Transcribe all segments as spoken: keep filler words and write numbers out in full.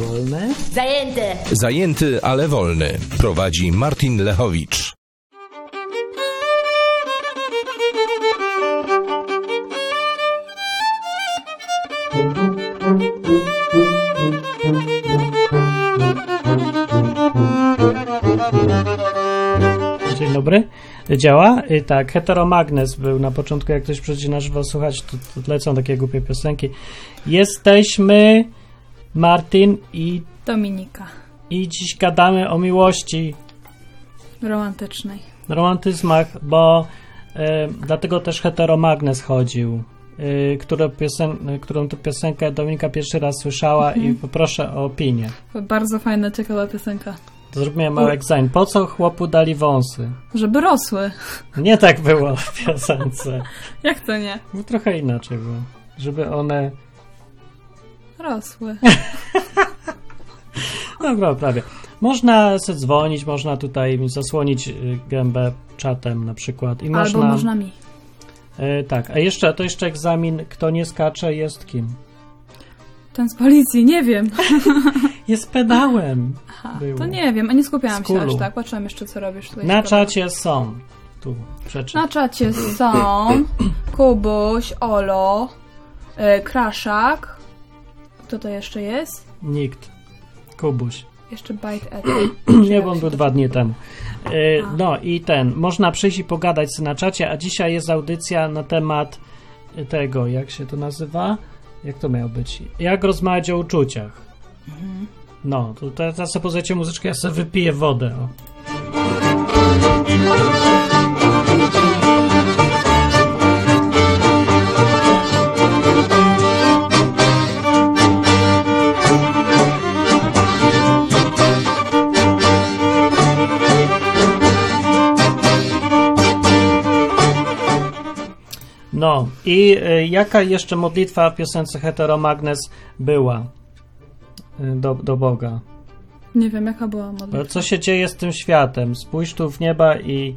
wolne? Zajęty! Zajęty, ale wolny. Prowadzi Martin Lechowicz. Dzień dobry. Działa? I tak, Heteromagnes był na początku, jak ktoś przyjdzie na żywo słuchać, to, to lecą takie głupie piosenki. Jesteśmy Martin i Dominika. I dziś gadamy o miłości Romantycznej. romantyzmach, bo e, dlatego też Heteromagnes chodził, e, którą, piosen- którą tu piosenkę Dominika pierwszy raz słyszała mhm. i poproszę o opinię. Bardzo fajna, ciekawa piosenka. To zrobiłem mały egzamin. Po co chłopu dali wąsy? Żeby rosły. Nie tak było w piosence. Jak to nie? No trochę inaczej było. Żeby one... Rosły. Dobra, prawie. Można sobie dzwonić, można tutaj zasłonić gębę czatem na przykład. I Albo można, można mi. E, tak, a jeszcze, to jeszcze egzamin, kto nie skacze jest kim? Ten z policji, nie wiem. Jest pedałem. Aha, było. to nie wiem, a nie skupiałam Skulu. się aż tak. Patrzyłam jeszcze, co robisz tutaj. Na czacie są. Tu, przeczytaj. Na czacie są Kubuś, Olo, y, Kraszak. Kto to jeszcze jest? Nikt. Kubuś. Jeszcze Bite Ed. Nie, bo on był dwa dni temu. E, no i ten, można przyjść i pogadać na czacie, a dzisiaj jest audycja na temat tego, jak się to nazywa? Jak to miało być? Jak rozmawiać o uczuciach. Mhm. No, to teraz sobie pozajcie muzyczkę, ja sobie wypiję wodę. O. No i y, jaka jeszcze modlitwa w piosence Heteromagnes była y, do, do Boga? Nie wiem, jaka była modlitwa. Co się dzieje z tym światem? Spójrz tu w nieba i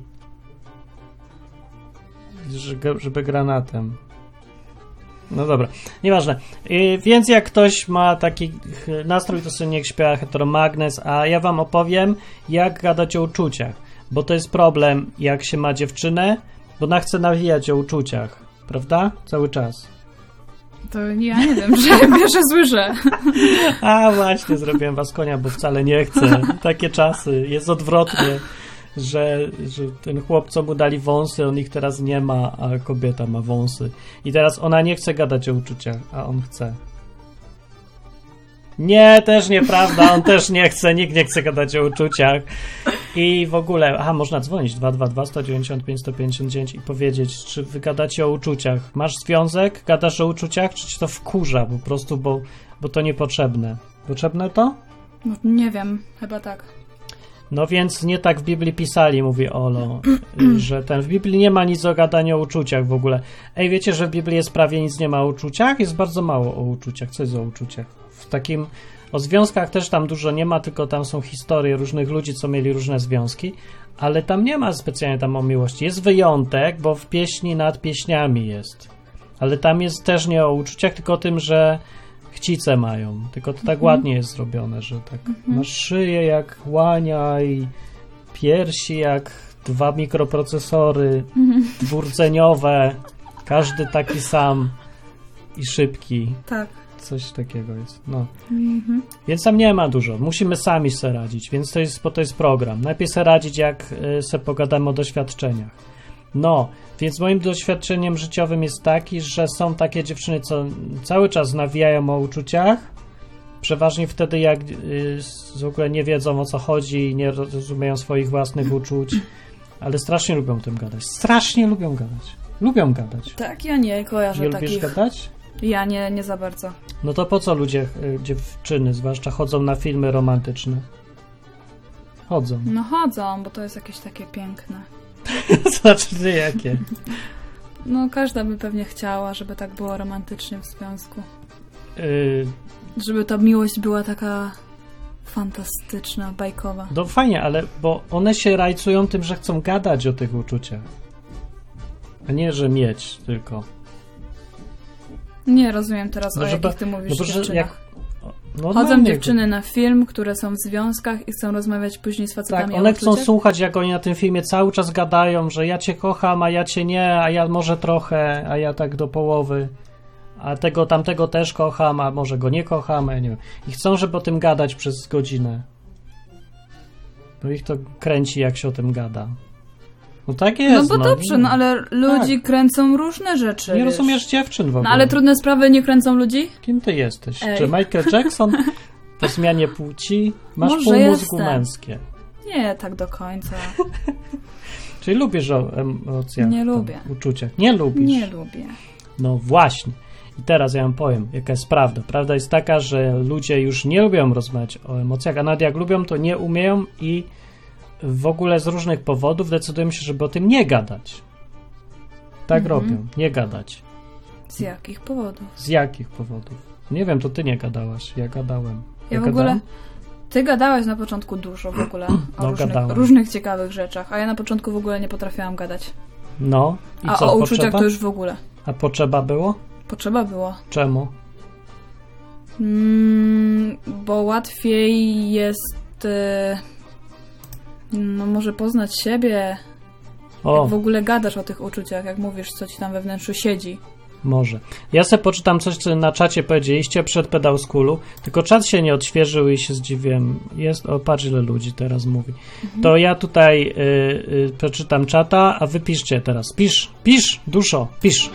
żeby, żeby granatem. No dobra, nieważne. Y, więc jak ktoś ma taki nastrój, to sobie niech śpiewa Heteromagnes, a ja wam opowiem, jak gadać o uczuciach. Bo to jest problem, jak się ma dziewczynę, bo ona chce nawijać o uczuciach. Prawda? Cały czas. To ja nie wiem, że pierwsze słyszę. A właśnie, zrobiłem was konia, bo wcale nie chcę. Takie czasy. Jest odwrotnie, że, że ten chłop, co mu dali wąsy, on ich teraz nie ma, a kobieta ma wąsy. I teraz ona nie chce gadać o uczuciach, a on chce. Nie, też nieprawda, on też nie chce, nikt nie chce gadać o uczuciach. I w ogóle, aha, można dzwonić dwa dwa dwa, sto dziewięćdziesiąt pięć, sto pięćdziesiąt dziewięć i powiedzieć, czy wy gadacie o uczuciach. Masz związek, gadasz o uczuciach, czy ci to wkurza po prostu, bo, bo to niepotrzebne. Potrzebne to? No, nie wiem, chyba tak. No więc nie tak w Biblii pisali, mówi Olo, że ten w Biblii nie ma nic o gadaniu o uczuciach w ogóle. Ej, wiecie, że w Biblii jest prawie nic nie ma o uczuciach? Jest bardzo mało o uczuciach. Co jest o uczuciach? W takim... O związkach też tam dużo nie ma, tylko tam są historie różnych ludzi, co mieli różne związki, ale tam nie ma specjalnie tam o miłości. Jest wyjątek, bo w pieśni nad pieśniami jest. Ale tam jest też nie o uczuciach, tylko o tym, że chcice mają. Tylko to tak mhm. ładnie jest zrobione, że tak mhm. masz szyję jak łania i piersi jak dwa mikroprocesory mhm. dwurdzeniowe, każdy taki sam i szybki. Tak. Coś takiego jest. No. Mhm. Więc tam nie ma dużo. Musimy sami sobie radzić, więc to jest, bo to jest program. Najpierw sobie radzić, jak y, sobie pogadamy o doświadczeniach. No, więc moim doświadczeniem życiowym jest taki, że są takie dziewczyny, co cały czas nawijają o uczuciach. Przeważnie wtedy, jak y, w ogóle nie wiedzą, o co chodzi i nie rozumieją swoich własnych uczuć. Ale strasznie lubią o tym gadać. Strasznie lubią gadać. Lubią gadać. Tak, ja nie kojarzę nie takich. Nie lubisz gadać? Ja nie, nie za bardzo. No to po co ludzie, y, dziewczyny zwłaszcza, chodzą na filmy romantyczne? Chodzą. No chodzą, bo to jest jakieś takie piękne. Znaczy, ty jakie? No każda by pewnie chciała, żeby tak było romantycznie w związku. Yy... Żeby ta miłość była taka fantastyczna, bajkowa. No fajnie, ale bo one się rajcują tym, że chcą gadać o tych uczuciach. A nie, że mieć tylko. Nie rozumiem teraz, No, o żeby, jakich ty mówisz no, bo, dziewczynach. jak, No, Chodzą dziewczyny na film, które są w związkach i chcą rozmawiać później z facetami. Tak, one o chcą uczuciach? słuchać, jak oni na tym filmie cały czas gadają, że ja cię kocham, a ja cię nie, a ja może trochę, a ja tak do połowy, a tego tamtego też kocham, a może go nie kocham, ja nie wiem. I chcą, żeby o tym gadać przez godzinę. Bo ich to kręci, jak się o tym gada. No tak jest. No bo no, dobrze, no ale ludzi tak. kręcą różne rzeczy. Nie wiesz. rozumiesz dziewczyn w ogóle. No ale trudne sprawy nie kręcą ludzi? Kim ty jesteś? Ej. Czy Michael Jackson po zmianie płci? Masz Może pół mózgu jestem. męskie. Nie tak do końca. Czyli lubisz o emocjach, Nie tam, lubię. uczuciach. Nie lubisz. Nie lubię. No właśnie. I teraz ja wam powiem, jaka jest prawda. Prawda jest taka, że ludzie już nie lubią rozmawiać o emocjach, a nawet jak lubią, to nie umieją i w ogóle z różnych powodów decydują się, żeby o tym nie gadać. Tak Mhm. robią, nie gadać. Z jakich powodów? Z jakich powodów? Nie wiem, to ty nie gadałaś, ja gadałem. Ja w ogóle... Ty gadałaś na początku dużo w ogóle o No, różnych, gadałem. różnych ciekawych rzeczach, a ja na początku w ogóle nie potrafiłam gadać. No, i A co, o uczuciach potrzeba? to już w ogóle. A potrzeba było? Potrzeba było. Czemu? Mm, bo łatwiej jest y, no może poznać siebie, O, jak w ogóle gadasz o tych uczuciach, jak mówisz, co ci tam we wnętrzu siedzi. może. Ja sobie poczytam coś, co na czacie powiedzieliście przed Pedał Schoolu, tylko czat się nie odświeżył i się zdziwiłem. Jest, o patrz ile ludzi teraz mówi. Mhm. To ja tutaj y, y, przeczytam czata, a wy piszcie teraz. Pisz, pisz, duszo, pisz.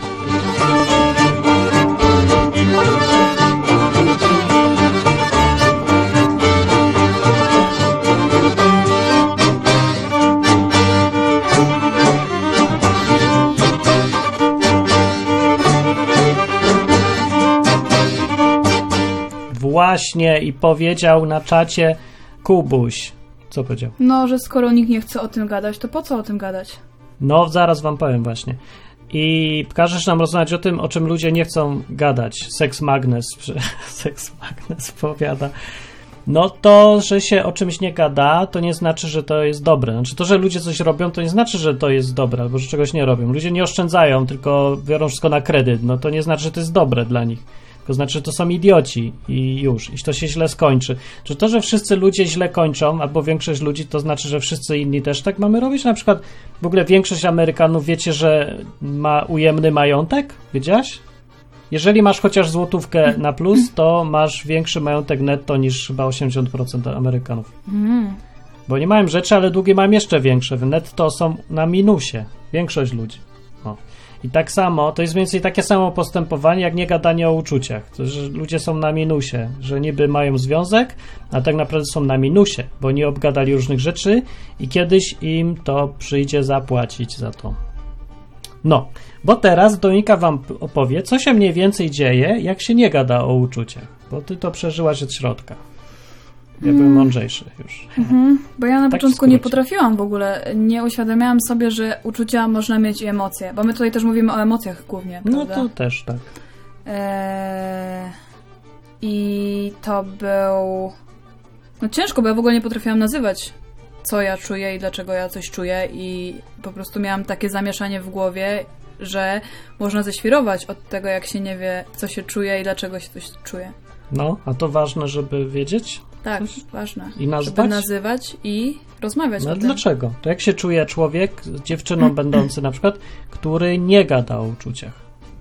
Właśnie i powiedział na czacie Kubuś. Co powiedział? No, że skoro nikt nie chce o tym gadać, to po co o tym gadać? No, zaraz wam powiem właśnie. I każesz nam rozmawiać o tym, o czym ludzie nie chcą gadać. Sex Magnes, Sex Magnes powiada. No to, że się o czymś nie gada, to nie znaczy, że to jest dobre. Znaczy to, że ludzie coś robią, to nie znaczy, że to jest dobre, albo że czegoś nie robią. Ludzie nie oszczędzają, tylko biorą wszystko na kredyt. No to nie znaczy, że to jest dobre dla nich. To znaczy, że to są idioci i już. I to się źle skończy. Czy to, że wszyscy ludzie źle kończą, albo większość ludzi, to znaczy, że wszyscy inni też tak mamy robić? Na przykład w ogóle większość Amerykanów, wiecie, że ma ujemny majątek? Wiedziałaś? Jeżeli masz chociaż złotówkę na plus, to masz większy majątek netto niż chyba osiemdziesiąt procent Amerykanów. Mm. Bo nie mają rzeczy, ale długi mają jeszcze większe. Netto są na minusie. Większość ludzi. O. I tak samo, to jest mniej więcej takie samo postępowanie, jak nie gadanie o uczuciach. To, że ludzie są na minusie, że niby mają związek, a tak naprawdę są na minusie, bo nie obgadali różnych rzeczy i kiedyś im to przyjdzie zapłacić za to. No, bo teraz Dominika wam opowie, co się mniej więcej dzieje, jak się nie gada o uczuciach, bo ty to przeżyłaś od środka. Ja byłem Mm. mądrzejszy już. Mhm. Bo ja na Tak w początku nie skrócie. potrafiłam w ogóle, nie uświadamiałam sobie, że uczucia można mieć i emocje, bo my tutaj też mówimy o emocjach głównie, No prawda? to też tak. Eee, I to był... No ciężko, bo ja w ogóle nie potrafiłam nazywać, co ja czuję i dlaczego ja coś czuję i po prostu miałam takie zamieszanie w głowie, że można ześwirować od tego, jak się nie wie, co się czuje i dlaczego się coś czuje. No, a to ważne, żeby wiedzieć? Tak, Coś? ważne. I nazwać? Żeby nazywać i rozmawiać No o tym. dlaczego? To jak się czuje człowiek, z dziewczyną będący na przykład, który nie gada o uczuciach?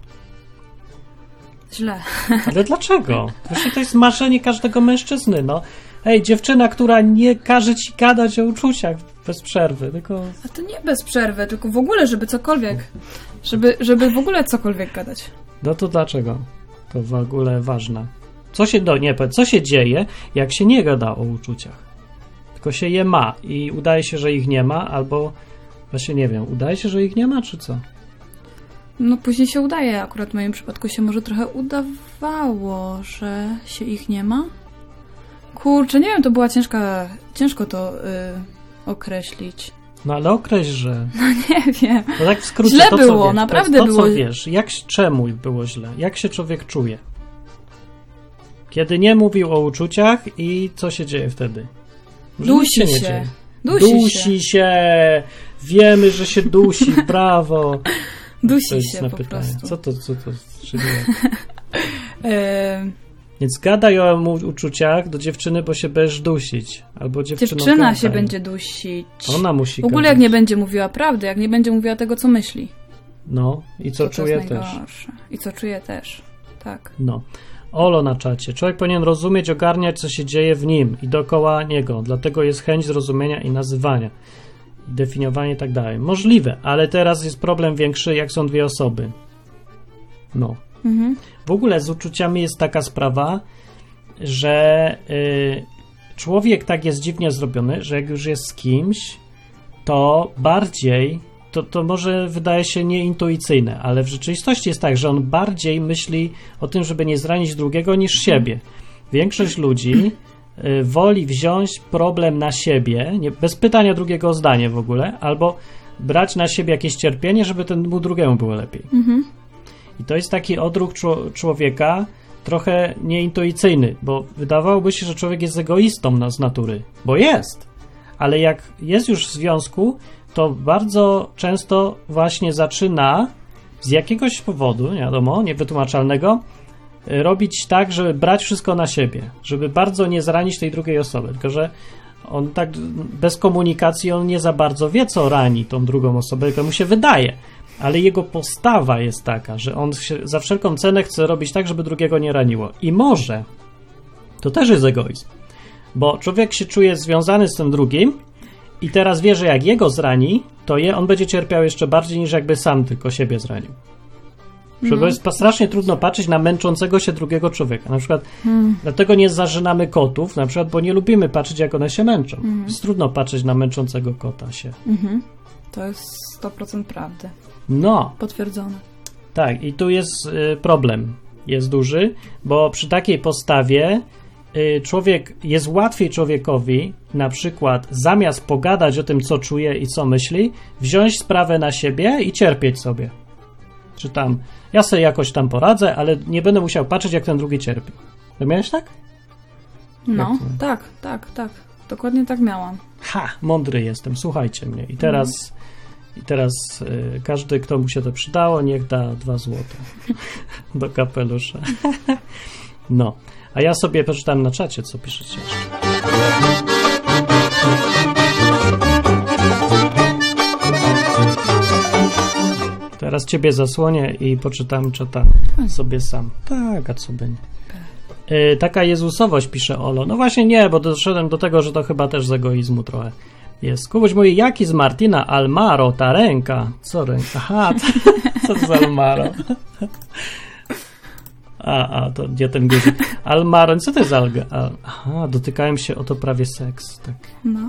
Źle. Ale dlaczego? Właśnie to jest marzenie każdego mężczyzny, no. Ej, dziewczyna, która nie każe ci gadać o uczuciach bez przerwy, tylko... A to nie bez przerwy, tylko w ogóle, żeby cokolwiek. Żeby, żeby w ogóle cokolwiek gadać. No to dlaczego? To w ogóle ważne. Co się, do, nie, powiedz, co się dzieje, jak się nie gada o uczuciach? Tylko się je ma i udaje się, że ich nie ma, albo właśnie nie wiem, udaje się, że ich nie ma, czy co? No później się udaje. Akurat w moim przypadku się może trochę udawało, że się ich nie ma. Kurczę, nie wiem, to była ciężka, ciężko to y, określić. No ale określ, że... Nie wiem. No tak w skrócie, Źle to, było, co wiesz, naprawdę to, to, było. co wiesz, jak, czemu było źle? Jak się człowiek czuje? Kiedy nie mówił o uczuciach i co się dzieje wtedy? Może nic Dusi nie się. dzieje. Dusi, Dusi się. się. Wiemy, że się dusi. Brawo. To Dusi jest się na po pytanie. prostu. Co to, co to się dzieje? Y, Więc gadaj o uczuciach do dziewczyny, bo się będziesz dusić. Albo Dziewczyna gadaj. się będzie dusić. Ona musi W ogóle gadać. jak nie będzie mówiła prawdy, jak nie będzie mówiła tego, co myśli. No, i co to czuje to jest też. najgorsze. I co czuje też. Tak. No. Olo na czacie. Człowiek powinien rozumieć, ogarniać, co się dzieje w nim i dookoła niego. Dlatego jest chęć zrozumienia i nazywania. I definiowanie i tak dalej. Możliwe, ale teraz jest problem większy, jak są dwie osoby. No. Mhm. W ogóle z uczuciami jest taka sprawa, że y, człowiek tak jest dziwnie zrobiony, że jak już jest z kimś, to bardziej, to, to może wydaje się nieintuicyjne, ale w rzeczywistości jest tak, że on bardziej myśli o tym, żeby nie zranić drugiego niż siebie. Większość ludzi y, woli wziąć problem na siebie, nie, bez pytania drugiego o zdanie w ogóle, albo brać na siebie jakieś cierpienie, żeby temu drugiemu było lepiej. Mhm. I to jest taki odruch czło- człowieka trochę nieintuicyjny, bo wydawałoby się, że człowiek jest egoistą na, z natury, bo jest, ale jak jest już w związku, to bardzo często właśnie zaczyna z jakiegoś powodu, nie wiadomo, niewytłumaczalnego, y, robić tak, żeby brać wszystko na siebie, żeby bardzo nie zranić tej drugiej osoby, tylko że on tak bez komunikacji, on nie za bardzo wie, co rani tą drugą osobę, tylko mu się wydaje. Ale jego postawa jest taka, że on się za wszelką cenę chce robić tak, żeby drugiego nie raniło. I może to też jest egoizm, bo człowiek się czuje związany z tym drugim i teraz wie, że jak jego zrani, to je, on będzie cierpiał jeszcze bardziej, niż jakby sam tylko siebie zranił. No. Bo jest strasznie trudno patrzeć na męczącego się drugiego człowieka. Na przykład hmm. dlatego nie zażynamy kotów, na przykład, bo nie lubimy patrzeć, jak one się męczą. Hmm. Jest trudno patrzeć na męczącego kota się. Mhm. To jest sto procent prawdy. No. Potwierdzone. Tak, i tu jest y, problem. Jest duży, bo przy takiej postawie y, człowiek, jest łatwiej człowiekowi na przykład zamiast pogadać o tym, co czuje i co myśli, wziąć sprawę na siebie i cierpieć sobie. Czy tam, ja sobie jakoś tam poradzę, ale nie będę musiał patrzeć, jak ten drugi cierpi. To miałeś tak? No, tak, tak, tak. Dokładnie tak miałam. Ha, mądry jestem, słuchajcie mnie. I teraz... Mhm. I teraz y, każdy, kto mu się to przydało, niech da dwa złote do kapelusza. No, a ja sobie przeczytam na czacie, co piszecie. Teraz ciebie zasłonię i poczytam czata sobie sam. Tak, a co by nie. Y, taka Jezusowość, pisze Olo. No właśnie nie, bo doszedłem do tego, że to chyba też z egoizmu trochę. Jest. Kubuś mówi, jaki z Martina Almaro, ta ręka. Co ręka? Aha, to, co to z Almaro? A, a, to gdzie ten guzik? Almaro, co to jest alga? Al, aha, dotykałem się, oto prawie seks. Tak. No.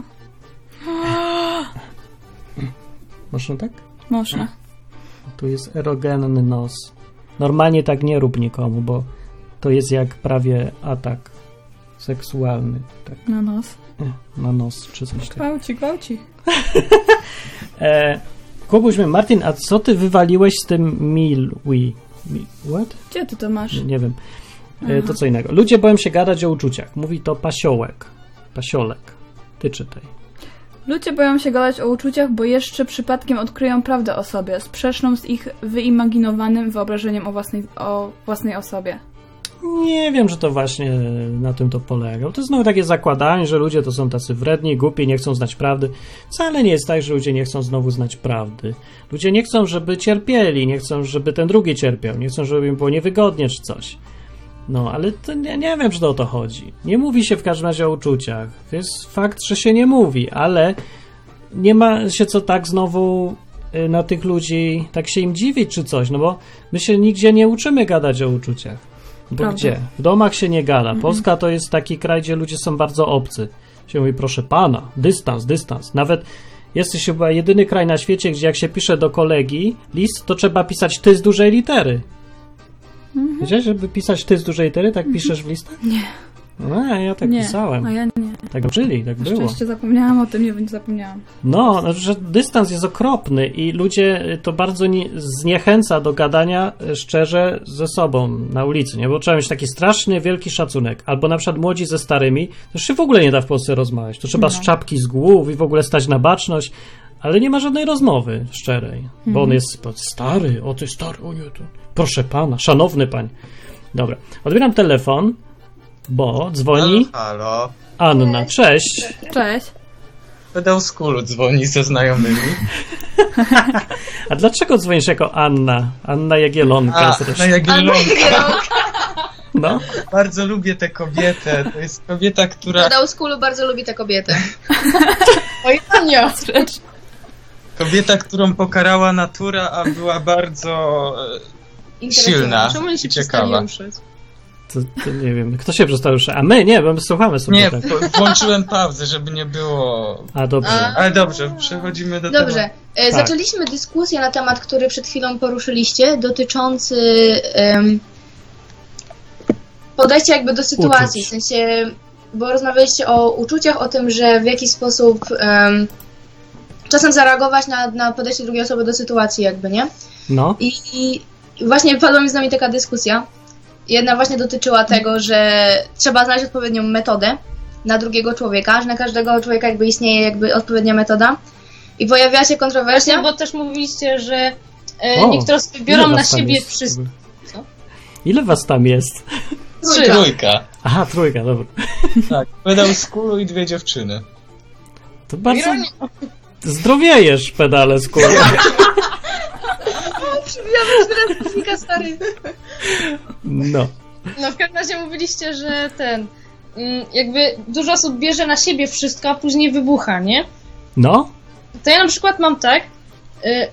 Można tak? Można. Tu jest erogenny nos. Normalnie tak nie rób nikomu, bo to jest jak prawie atak seksualny. Tak. Na nos. Na nos, czy coś takiego. Gwałci, gwałci. e, Kubuś, Martin, a co ty wywaliłeś z tym Milwi? Mi, what? Gdzie ty to masz? Nie, nie wiem. E, to co innego. Ludzie boją się gadać o uczuciach. Mówi to Pasiołek. Pasiolek. Ty czytaj. Ludzie boją się gadać o uczuciach, bo jeszcze przypadkiem odkryją prawdę o sobie, sprzeczną z ich wyimaginowanym wyobrażeniem o własnej, o własnej osobie. Nie wiem, że to właśnie na tym to polega. To jest znowu takie zakładanie, że ludzie to są tacy wredni, głupi, nie chcą znać prawdy. Wcale nie jest tak, że ludzie nie chcą znowu znać prawdy. Ludzie nie chcą, żeby cierpieli, nie chcą, żeby ten drugi cierpiał, nie chcą, żeby im było niewygodnie czy coś. No, ale to nie, nie wiem, że o to chodzi. Nie mówi się w każdym razie o uczuciach. To jest fakt, że się nie mówi, ale nie ma się co tak znowu na tych ludzi, tak się im dziwić czy coś, no bo my się nigdzie nie uczymy gadać o uczuciach. Bo Prawda. Gdzie? W domach się nie gada. Polska to jest taki kraj, gdzie ludzie są bardzo obcy. Się mówi, proszę pana, dystans, dystans. Nawet jesteś chyba jedyny kraj na świecie, gdzie jak się pisze do kolegi list, to trzeba pisać ty z dużej litery. Mhm. Wiedziałeś, żeby pisać ty z dużej litery? Tak mhm. piszesz w listach? Nie. No, ja tak nie. pisałem. A ja nie. Tak uczyli, tak było. Jeszcze zapomniałam o tym, nie zapomniałam. No, znaczy, że dystans jest okropny i ludzie to bardzo nie, zniechęca do gadania szczerze ze sobą na ulicy, nie? Bo trzeba mieć taki straszny, wielki szacunek. Albo na przykład młodzi ze starymi, to się w ogóle nie da w Polsce rozmawiać. To trzeba no. z czapki z głów i w ogóle stać na baczność, ale nie ma żadnej rozmowy szczerej, mhm. bo on jest stary, o ty stary, o nie, to proszę pana, szanowny pan. Dobra, odbieram telefon. bo dzwoni Halo, halo. Anna. Cześć. Cześć. Pedał z kulu dzwoni ze znajomymi. A dlaczego dzwonisz jako Anna? Anna Jagielonka A, zresztą. na Jagiellonka. No. Bardzo lubię tę kobietę. To jest kobieta, która... Pedał z kulu bardzo lubi tę kobietę. Oj, Ania. Kobieta, którą pokarała natura, a była bardzo e, silna Czemu oni się i ciekawa. ruszać? To, to nie wiem. Kto się przestał już? A my? Nie, bo my słuchamy sobie Nie, tak. po- włączyłem pauzę, żeby nie było... A, dobrze. A. Ale dobrze, przechodzimy do Dobrze, tematu. e, Tak. zaczęliśmy dyskusję na temat, który przed chwilą poruszyliście, dotyczący em, podejścia jakby do sytuacji, Uczuć. w sensie, bo rozmawialiście o uczuciach, o tym, że w jaki sposób em, czasem zareagować na, na podejście drugiej osoby do sytuacji jakby, nie? No. I, I właśnie padła mi z nami taka dyskusja. Jedna właśnie dotyczyła tego, że trzeba znaleźć odpowiednią metodę na drugiego człowieka, że na każdego człowieka jakby istnieje jakby odpowiednia metoda. I pojawiła się kontrowersja. Właśnie, bo też mówiliście, że e, O, niektóre osoby ile biorą na was tam siebie jest? wszystko. Ile was tam jest? Trzy. Trójka. Aha, trójka, dobra. Tak, pedał z kulu i dwie dziewczyny. To bardzo... Zdrowiejesz, pedale z kół. stary. No. No w każdym razie mówiliście, że ten mm, jakby dużo osób bierze na siebie wszystko, a później wybucha, nie? No? To ja na przykład mam tak y,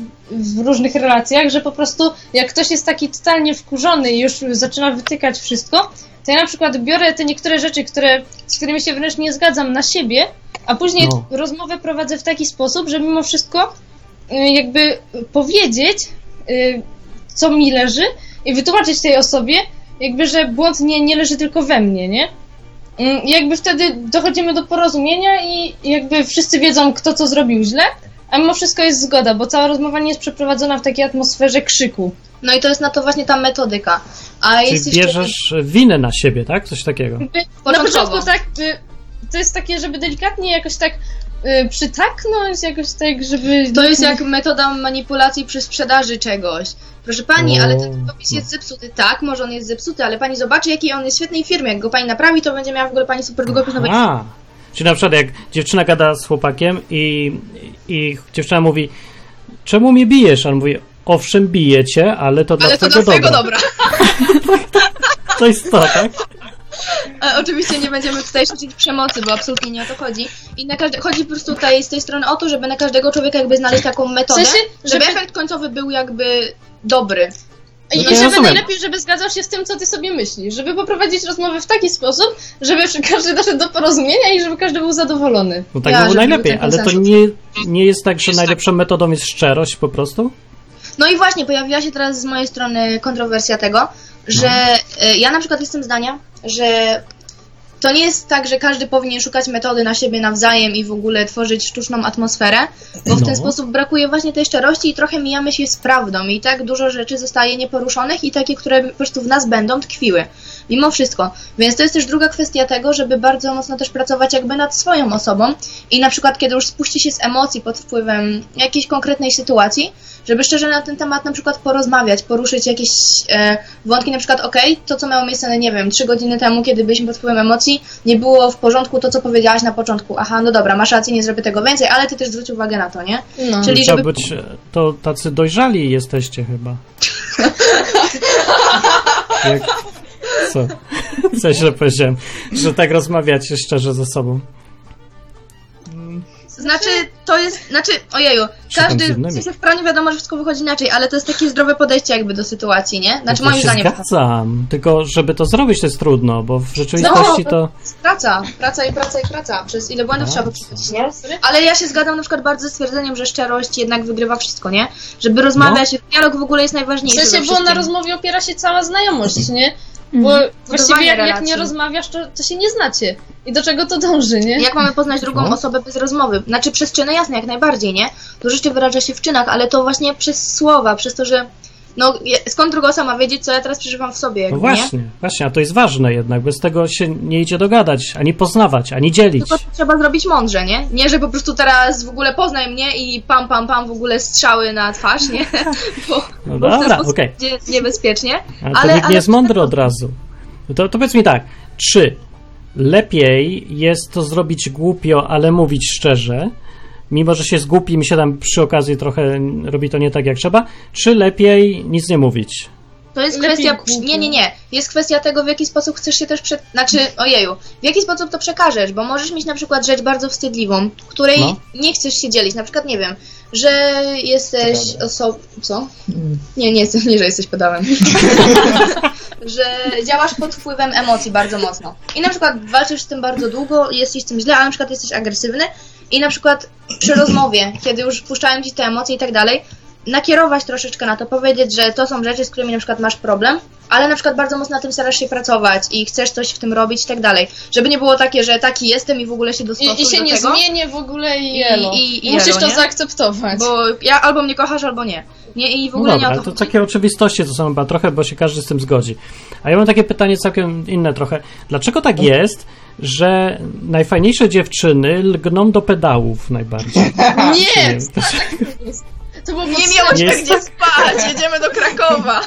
w różnych relacjach, że po prostu jak ktoś jest taki totalnie wkurzony i już zaczyna wytykać wszystko, to ja na przykład biorę te niektóre rzeczy, które, z którymi się wręcz nie zgadzam, na siebie, a później No. rozmowę prowadzę w taki sposób, że mimo wszystko y, jakby powiedzieć, y, co mi leży i wytłumaczyć tej osobie, jakby, że błąd nie, nie leży tylko we mnie, nie? Mm, I jakby wtedy dochodzimy do porozumienia i jakby wszyscy wiedzą, kto co zrobił źle, a mimo wszystko jest zgoda, bo cała rozmowa nie jest przeprowadzona w takiej atmosferze krzyku. No i to jest na to właśnie ta metodyka. A Czyli jest jeszcze... bierzesz winę na siebie, tak? Coś takiego. Jakby Na Początkowo. początku tak, y, to jest takie, żeby delikatnie jakoś tak y, przytaknąć, jakoś tak, żeby... To jest jak metoda manipulacji przy sprzedaży czegoś. Proszę pani, O. ale ten długopis jest zepsuty. Tak, może on jest zepsuty, ale pani zobaczy, jakiej on jest świetnej firmy. Jak go pani naprawi, to będzie miała w ogóle pani super długopis nowej firmy. A, czyli na przykład jak dziewczyna gada z chłopakiem i, i dziewczyna mówi, czemu mnie bijesz? A on mówi, owszem, biję cię, ale to dla Ale to twojego dla twojego dobra. dobra. To jest to, tak? E, oczywiście nie będziemy tutaj szczycić przemocy, bo absolutnie nie o to chodzi. I na każde, chodzi po prostu tutaj z tej strony o to, żeby na każdego człowieka jakby znaleźć taką metodę, W sensie, żeby żeby- efekt końcowy był jakby dobry. I, No i to ja żeby rozumiem. najlepiej, żeby zgadzał się z tym, co ty sobie myślisz. Żeby poprowadzić rozmowę w taki sposób, żeby każdy doszedł do porozumienia i żeby każdy był zadowolony. No tak Ja, by było żeby najlepiej, był ale taki to konsensus. nie, nie jest tak, że najlepszą metodą jest szczerość po prostu? No i właśnie, pojawiła się teraz z mojej strony kontrowersja tego, że e, ja na przykład jestem zdania, że to nie jest tak, że każdy powinien szukać metody na siebie nawzajem i w ogóle tworzyć sztuczną atmosferę, bo w No. ten sposób brakuje właśnie tej szczerości i trochę mijamy się z prawdą i tak dużo rzeczy zostaje nieporuszonych i takie, które po prostu w nas będą, tkwiły. Mimo wszystko. Więc to jest też druga kwestia tego, żeby bardzo mocno też pracować jakby nad swoją osobą i na przykład kiedy już spuści się z emocji pod wpływem jakiejś konkretnej sytuacji, żeby szczerze na ten temat na przykład porozmawiać, poruszyć jakieś e, wątki, na przykład okej, to co miało miejsce, no nie wiem, trzy godziny temu, kiedy byliśmy pod wpływem emocji, nie było w porządku to, co powiedziałaś na początku. Aha, no dobra, masz rację, nie zrobię tego więcej, ale ty też zwróć uwagę na to, nie? No. Czyli Trzeba żeby... być, to tacy dojrzali jesteście chyba. Jak, co? Co źle powiedziałem? Że tak rozmawiacie szczerze ze sobą. Znaczy, to jest, znaczy, ojeju, Czy tam z każdy, innymi? w sensie w praniu wiadomo, że wszystko wychodzi inaczej, ale to jest takie zdrowe podejście jakby do sytuacji, nie? Znaczy, Ja moim się zdaniem. zgadzam, tylko żeby to zrobić to jest trudno, bo w rzeczywistości No, to... Praca, praca i praca i praca, przez ile błędów Praca. trzeba popełnić, nie? Ale ja się zgadzam na przykład bardzo ze stwierdzeniem, że szczerość jednak wygrywa wszystko, nie? Żeby rozmawiać, dialog w ogóle jest W najważniejszy. sensie, we bo wszystkim. na rozmowie opiera się cała znajomość, nie? Bo Budowanie właściwie jak, jak relacji. nie rozmawiasz, to, to się nie znacie. I do czego to dąży, nie? Jak mamy poznać drugą No. osobę bez rozmowy? Znaczy przez czyny, jasne, jak najbardziej, nie? To życie wyraża się w czynach, ale to właśnie przez słowa, przez to, że no je- skąd druga osoba ma wiedzieć, co ja teraz przeżywam w sobie, jakby, No właśnie, właśnie, a to jest ważne jednak, bez tego się nie idzie dogadać, ani poznawać, ani dzielić. Tylko to trzeba zrobić mądrze, nie? Nie, że po prostu teraz w ogóle poznaj mnie i pam, pam, pam, w ogóle strzały na twarz, nie? Bo, No bo w ten dobra, sposób okej. będzie niebezpiecznie. Ale to Ale, nikt nie ale jest mądry od razu. To, to powiedz mi tak, Czy lepiej jest to zrobić głupio, ale mówić szczerze, mimo że się zgubi, mi się tam przy okazji trochę robi to nie tak jak trzeba, czy lepiej nic nie mówić? To jest Lepiej kwestia... głupio. Nie, nie, nie. Jest kwestia tego, w jaki sposób chcesz się też... Prze... Znaczy, ojeju, w jaki sposób to przekażesz, bo możesz mieć na przykład rzecz bardzo wstydliwą, której No. nie chcesz się dzielić. Na przykład, nie wiem, że jesteś osobą... Co? Nie, nie, nie, że jesteś pedałem. Że działasz pod wpływem emocji bardzo mocno. I na przykład walczysz z tym bardzo długo, jesteś z tym źle, a na przykład jesteś agresywny i na przykład przy rozmowie, kiedy już puszczają ci te emocje i tak dalej, nakierować troszeczkę na to, powiedzieć, że to są rzeczy, z którymi na przykład masz problem, ale na przykład bardzo mocno na tym starasz się pracować i chcesz coś w tym robić i tak dalej. Żeby nie było takie, że taki jestem i w ogóle się dostosuję I, i się do nie tego. zmienię w ogóle i elo. I- i- i Musisz elo, to nie? zaakceptować. Bo ja albo mnie kochasz, albo nie. Nie i w No ogóle dobra, nie o ale to to chodzi. takie oczywistości to są chyba trochę, bo się każdy z tym zgodzi. A ja mam takie pytanie całkiem inne trochę. Dlaczego tak jest, że najfajniejsze dziewczyny lgną do pedałów najbardziej? Nie! Nie, to- To było Nie podstawowe. miałaś Jest tak gdzie spać, jedziemy do Krakowa.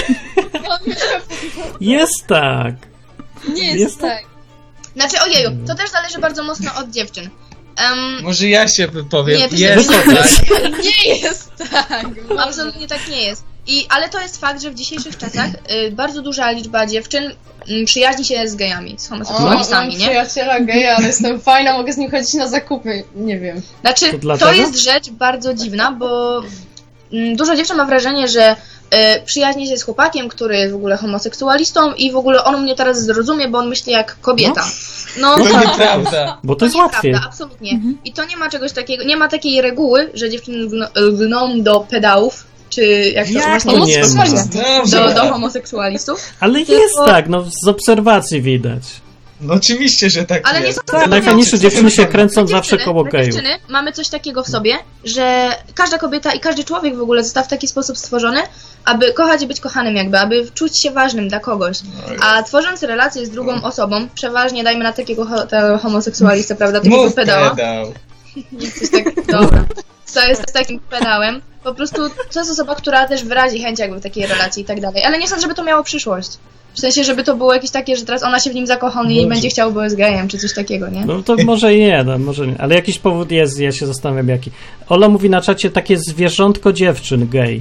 Jest tak. Nie jest, Jest tak. Znaczy, ojeju, to też zależy bardzo mocno od dziewczyn. Um, Może ja się wypowiem. Nie, ty jest się tak. Nie jest tak. Boże. absolutnie tak nie jest. I, ale to jest fakt, że w dzisiejszych czasach y, bardzo duża liczba dziewczyn y, przyjaźni się z gejami, z O, mam homoseksualistami, nie? przyjaciela geja, ale jestem fajna, mogę z nim chodzić na zakupy. Nie wiem. Znaczy, To to, dlatego? jest rzecz bardzo dziwna, bo mm, dużo dziewczyn ma wrażenie, że y, przyjaźni się z chłopakiem, który jest w ogóle homoseksualistą i w ogóle on mnie teraz zrozumie, bo on myśli jak kobieta. No, To to, nieprawda. Bo to jest łatwiej. nieprawda, absolutnie. I to nie ma czegoś takiego, nie ma takiej reguły, że dziewczyny lgną- lgną do pedałów, czy jak to Jak właśnie to nie ma? do, do homoseksualistów. Ale jest tak, no z obserwacji widać. No oczywiście, że tak Ale nie jest. są Tak, takie najfajniejsze dziewczyny się kręcą Dla zawsze dziewczyny- koło dla gejów. dziewczyny mamy coś takiego w sobie, że każda kobieta i każdy człowiek w ogóle został w taki sposób stworzony, aby kochać i być kochanym jakby, aby czuć się ważnym dla kogoś. A tworząc relacje z drugą osobą, przeważnie dajmy na takiego ho- te homoseksualistę, prawda, takiego Mów pedała. pedał. Coś tak, dobra. Co jest z takim pedałem. Po prostu to jest osoba, która też wyrazi chęć jakby w takiej relacji i tak dalej. Ale nie sądzę, żeby to miało przyszłość. W sensie, żeby to było jakieś takie, że teraz ona się w nim zakocha i Dobrze. będzie chciał, bo jest gejem, czy coś takiego, nie? No to może nie, no, może nie. Ale jakiś powód jest, ja się zastanawiam jaki. Ola mówi na czacie takie zwierzątko dziewczyn, gej.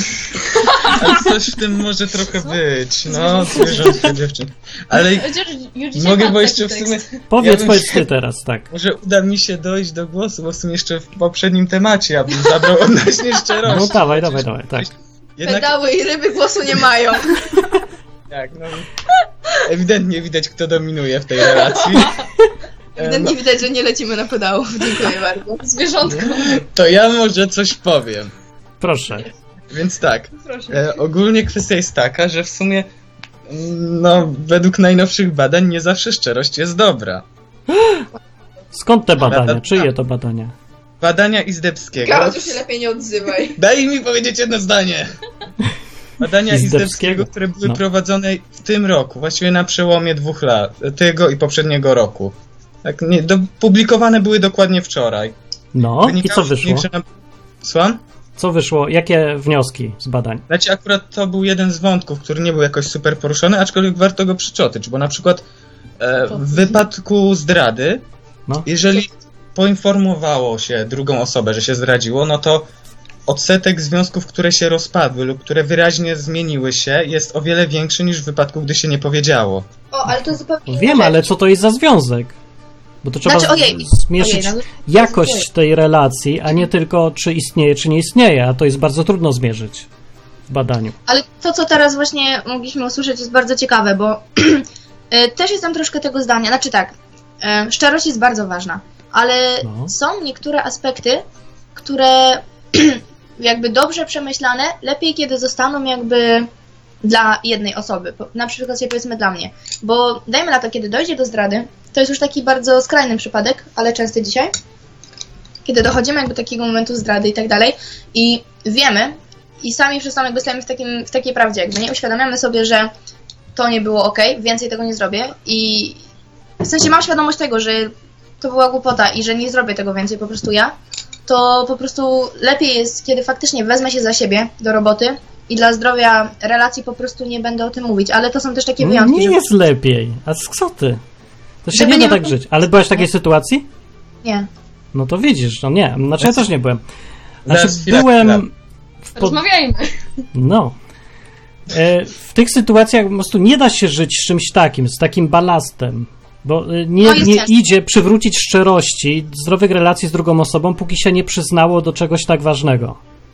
Ale coś w tym może trochę być. No, zwierzątko dziewczyn. Ale Chociaż Judy mogę, ma bo taki jeszcze w sumie... tekst. Powiedz, Ja bym powiedz się- ty teraz, tak. Może uda mi się dojść do głosu, bo w sumie jeszcze w poprzednim temacie ja bym zabrał odnośnie szczerości. No dawaj, dawaj, dawaj, tak. Jednak Pedały i ryby głosu nie mają. tak, no, ewidentnie widać, kto dominuje w tej relacji. Ewidentnie widać, że nie lecimy na pedałów. Dziękuję bardzo. Zwierzątko. To ja może coś powiem. Proszę. Więc tak, Proszę. e, ogólnie kwestia jest taka, że w sumie mm, no, według najnowszych badań nie zawsze szczerość jest dobra. Skąd te badania? Czyje to badania? Badania Izdebskiego... Karol, już się lepiej nie odzywaj. Daj mi powiedzieć jedno zdanie! Badania Izdebskiego. Izdebskiego, które były No. prowadzone w tym roku, właściwie na przełomie dwóch lat, tego i poprzedniego roku. Tak, nie, do, publikowane były dokładnie wczoraj. No i Wynikało co z wyszło? nich, że na- Słucham? Co wyszło? Jakie wnioski z badań? Znaczy akurat to był jeden z wątków, który nie był jakoś super poruszony, aczkolwiek warto go przytoczyć, bo na przykład e, w wypadku zdrady, No. jeżeli poinformowało się drugą osobę, że się zdradziło, no to odsetek związków, które się rozpadły lub które wyraźnie zmieniły się, jest o wiele większy niż w wypadku, gdy się nie powiedziało. O, ale to zupełnie inna Wiem, rzecz. ale co to jest za związek? Bo to trzeba Znaczy, ojej, z- zmierzyć ojej, no, jakość tej relacji, a nie tylko czy istnieje, czy nie istnieje, a to jest bardzo trudno zmierzyć w badaniu. Ale to, co teraz właśnie mogliśmy usłyszeć, jest bardzo ciekawe, bo y, też jestem troszkę tego zdania. Znaczy tak, y, szczerość jest bardzo ważna, ale No. są niektóre aspekty, które jakby dobrze przemyślane, lepiej kiedy zostaną jakby dla jednej osoby. Po- Na przykład sobie powiedzmy dla mnie. Bo dajmy na to, kiedy dojdzie do zdrady, to jest już taki bardzo skrajny przypadek, ale częsty dzisiaj, kiedy dochodzimy jakby do takiego momentu zdrady i tak dalej i wiemy, i sami przez sam jakby stajemy w, takim, w takiej prawdzie, jakby nie uświadamiamy sobie, że to nie było okej, więcej tego nie zrobię i w sensie mam świadomość tego, że to była głupota i że nie zrobię tego więcej po prostu ja, to po prostu lepiej jest, kiedy faktycznie wezmę się za siebie do roboty i dla zdrowia relacji po prostu nie będę o tym mówić, ale to są też takie No, wyjątki. nie że... jest lepiej. A co ty? To się Żeby nie da nie tak było- żyć. Ale byłaś w takiej sytuacji? Nie. No to widzisz, no nie. Znaczy ja też nie byłem. Znaczy Zaraz, chwila, byłem... chwila. W pod... Rozmawiajmy. No. E, w tych sytuacjach po prostu nie da się żyć z czymś takim, z takim balastem. Bo e, nie, No jest nie ciężko. idzie przywrócić szczerości, zdrowych relacji z drugą osobą, póki się nie przyznało do czegoś tak ważnego.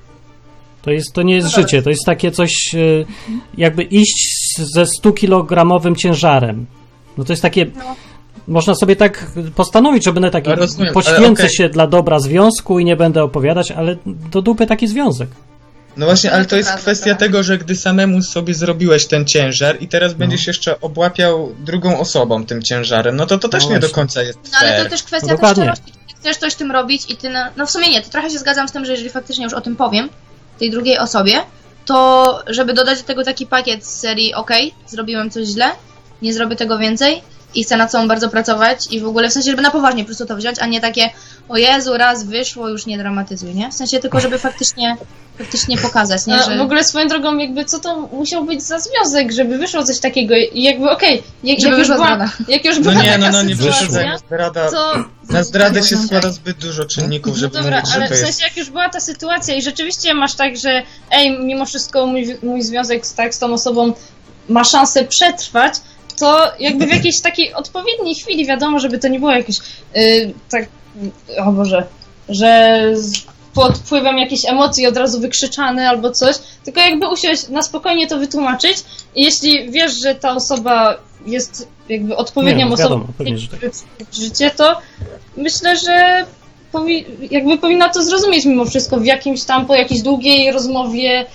To, jest, to nie jest No życie, to jest takie coś, e, jakby iść z, ze stokilogramowym ciężarem. No to jest takie... No. Można sobie tak postanowić, że będę taki Ja rozumiem, ale poświęcę okej. się dla dobra związku i nie będę opowiadać, ale do dupy taki związek. No właśnie, ale to jest prawda, kwestia tak. tego, że gdy samemu sobie zrobiłeś ten ciężar i teraz No. będziesz jeszcze obłapiał drugą osobą tym ciężarem, no to to też No nie do właśnie. końca jest No ale fair. to też kwestia No też dokładnie. szczerości. Jeśli chcesz coś z tym robić i ty, na... no w sumie nie, to trochę się zgadzam z tym, że jeżeli faktycznie już o tym powiem tej drugiej osobie, to żeby dodać do tego taki pakiet z serii okej, zrobiłem coś źle, nie zrobię tego więcej i chcę nad sobą bardzo pracować i w ogóle w sensie, żeby na poważnie po prostu to wziąć, a nie takie o Jezu, raz wyszło, już nie dramatyzuj, nie? W sensie tylko, żeby faktycznie faktycznie pokazać, nie? A Że... w ogóle swoją drogą, jakby co to musiał być za związek, żeby wyszło coś takiego i jakby okej, jak, Żeby jak, już wyszła była, zdrada. jak już No była nie, taka no, no nie sytuacja, przesadzajmy, zdrada, to na zdradę się No, składa zbyt dużo czynników, no żeby dobra, mówić, że ale to w jest... sensie jak już była ta sytuacja i rzeczywiście masz tak, że ej, mimo wszystko mój, mój związek z, tak, z tą osobą ma szansę przetrwać, to jakby w jakiejś takiej odpowiedniej chwili wiadomo, żeby to nie było jakieś yy, tak, o Boże, że z, pod wpływem jakiejś emocji od razu wykrzyczany albo coś, tylko jakby usiąść, na spokojnie to wytłumaczyć i jeśli wiesz, że ta osoba jest jakby odpowiednią Nie, no, osobą wiadomo, pewnie, że tak. w życie, to myślę, że powi- jakby powinna to zrozumieć mimo wszystko w jakimś tam, po jakiejś długiej rozmowie.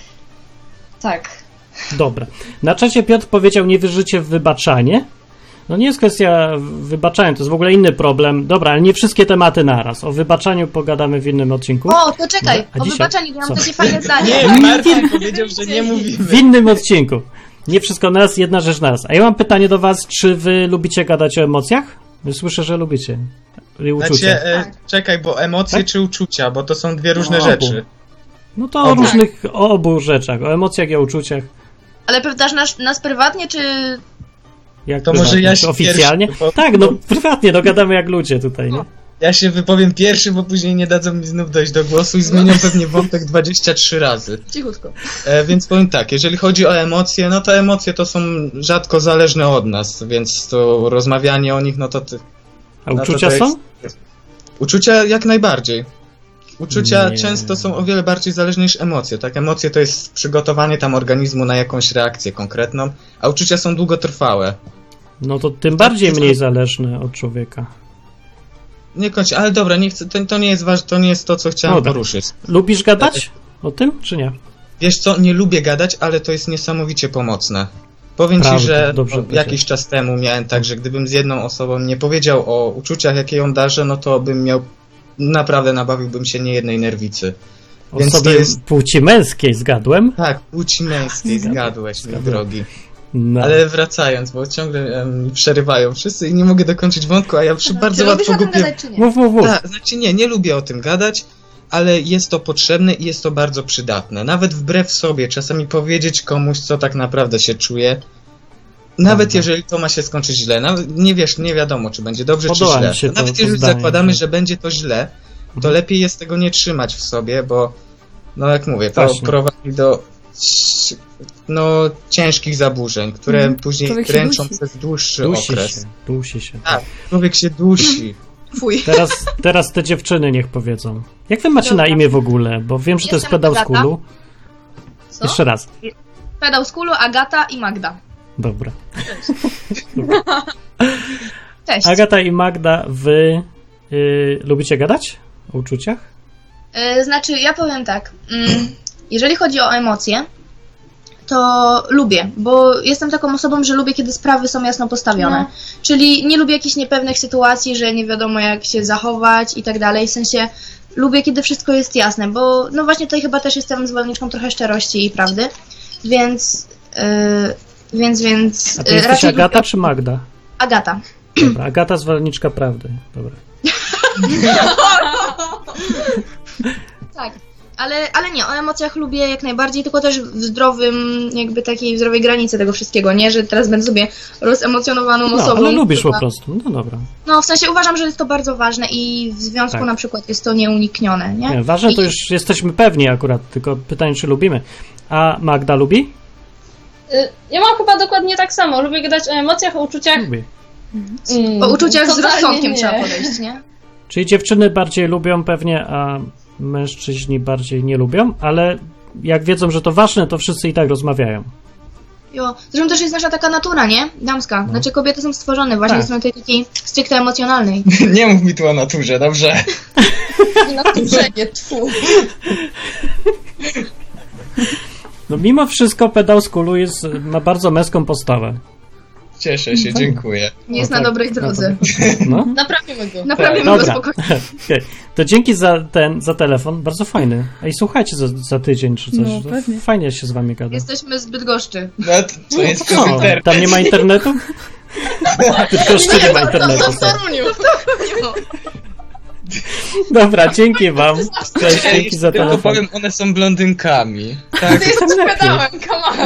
Tak. Dobra. Na czacie Piotr powiedział, nie wierzycie w wybaczanie. No nie jest kwestia wybaczania, to jest w ogóle inny problem. Dobra, ale nie wszystkie tematy naraz. O wybaczaniu pogadamy w innym odcinku. O, to czekaj, A o dzisiaj- wybaczeniu, bo mam co? takie fajne zdanie. Nie, Marcin powiedział, że nie mówimy. W innym odcinku. Nie wszystko naraz, jedna rzecz naraz. A ja mam pytanie do was, czy wy lubicie gadać o emocjach? Słyszę, że lubicie. I uczucia. Znaczy, e, czekaj, bo emocje Tak? czy uczucia, bo to są dwie różne No, rzeczy. No to o Obu. różnych, o obu rzeczach. O emocjach i o uczuciach. Ale pytasz nas, nas prywatnie, czy... Jak To może prywatnie? ja Czy się oficjalnie? pierwszy, bo- Tak, no prywatnie, no gadamy jak ludzie tutaj, nie? Ja się wypowiem pierwszy, bo później nie dadzą mi znów dojść do głosu i zmienią pewnie wątek dwadzieścia trzy razy. Cichutko. E, więc powiem tak, jeżeli chodzi o emocje, no to emocje to są rzadko zależne od nas, więc to rozmawianie o nich, no to... Ty, A no to uczucia to są? jest- Uczucia jak najbardziej. Uczucia Nie. często są o wiele bardziej zależne niż emocje, tak? Emocje to jest przygotowanie tam organizmu na jakąś reakcję konkretną, a uczucia są długotrwałe. No to tym bardziej mniej zależne od człowieka. Nie kończę, ale dobra, nie chcę, to, to nie jest ważne, to nie jest to, co chciałem Dobra. poruszyć. Lubisz gadać o tym, czy nie? Wiesz co, nie lubię gadać, ale to jest niesamowicie pomocne. Powiem Prawda, ci, że dobrze no, powiedziałeś. jakiś czas temu miałem tak, że gdybym z jedną osobą nie powiedział o uczuciach, jakie ją darzę, no to bym miał, naprawdę nabawiłbym się niejednej nerwicy. O Więc sobie to jest- płci męskiej zgadłem. Tak, płci męskiej, zgadłeś, mój Zgadłem. drogi. No. Ale wracając, bo ciągle em, mi przerywają wszyscy i nie mogę dokończyć wątku, a ja przy bardzo Czy lubisz łatwo o tym gubię... gadać, czy nie? Mów, mów, mów. Tak, znaczy nie, nie lubię o tym gadać, ale jest to potrzebne i jest to bardzo przydatne. Nawet wbrew sobie, czasami powiedzieć komuś, co tak naprawdę się czuje, nawet Prawda. jeżeli to ma się skończyć źle. Nawet nie wiesz, nie wiadomo, czy będzie dobrze, Podoba czy źle. mi się to- Nawet to jeżeli zdanie, zakładamy, że- że będzie to źle, to Mhm. lepiej jest tego nie trzymać w sobie, bo no jak mówię, to Właśnie. prowadzi do no ciężkich zaburzeń, które Mhm. później Człowiek się kręczą dusi. przez dłuższy Dusi okres. się, dusi się. Tak, człowiek się dusi. Fuj. Teraz, teraz te dziewczyny niech powiedzą. Jak wy macie Dobra. na imię w ogóle? Bo wiem, że to jest Jestem pedał z Agata. kulu. Co? Jeszcze raz. Pedał z kulu, Agata i Magda. Dobra. Cześć. Agata i Magda, wy y, lubicie gadać o uczuciach? Y, Znaczy, ja powiem tak. Mm, jeżeli chodzi o emocje, to lubię, bo jestem taką osobą, że lubię, kiedy sprawy są jasno postawione. No. Czyli nie lubię jakichś niepewnych sytuacji, że nie wiadomo jak się zachować i tak dalej. W sensie lubię, kiedy wszystko jest jasne, bo no właśnie tutaj chyba też jestem zwolenniczką trochę szczerości i prawdy, więc yy, więc, więc A ty yy, jesteś raczej Agata lubię... czy Magda? Agata. Dobra, Agata zwolenniczka prawdy. Dobra. Tak. Ale, ale nie, o emocjach lubię jak najbardziej, tylko też w zdrowym, jakby takiej w zdrowej granicy tego wszystkiego, nie? Że teraz będę sobie rozemocjonowaną No, osobą. ale lubisz która... po prostu, no dobra. No, w sensie uważam, że jest to bardzo ważne i w związku Tak. na przykład jest to nieuniknione, nie? Nie, ważne to I- już jesteśmy pewni akurat, tylko pytanie, czy lubimy. A Magda lubi? Y, Ja mam chyba dokładnie tak samo. Lubię gadać o emocjach, o uczuciach. Lubi. Mm, O uczuciach z totalnie rozsądkiem nie. trzeba podejść, nie? Czyli dziewczyny bardziej lubią pewnie, a mężczyźni bardziej nie lubią, ale jak wiedzą, że to ważne, to wszyscy i tak rozmawiają. Jo. Zresztą też jest nasza taka natura, nie? Damska. No. Znaczy kobiety są stworzone właśnie Tak. z tej takiej stricte emocjonalnej. Nie mów mi tu o naturze, dobrze? Na turzenie, tfu. No mimo wszystko pedał z kulu jest, ma bardzo męską postawę. Cieszę się, dziękuję. Nie jest No na tak, dobrej drodze. No. Naprawimy go. Naprawimy go Dobra, spokojnie. okay. To dzięki za ten, za telefon, bardzo fajny. Ej, słuchajcie za, za tydzień czy coś. No, To pewnie. fajnie się z wami gada. Jesteśmy zbyt goszczy. No to, to jest przez Co? internet. Tam nie ma internetu? Tylko jeszcze nie ma internetu. W Toruniu. Dobra, dzięki wam. Cześć, Ja dzięki za tylko telefon. powiem, one są blondynkami. Tak, To jest co pedałem, come on.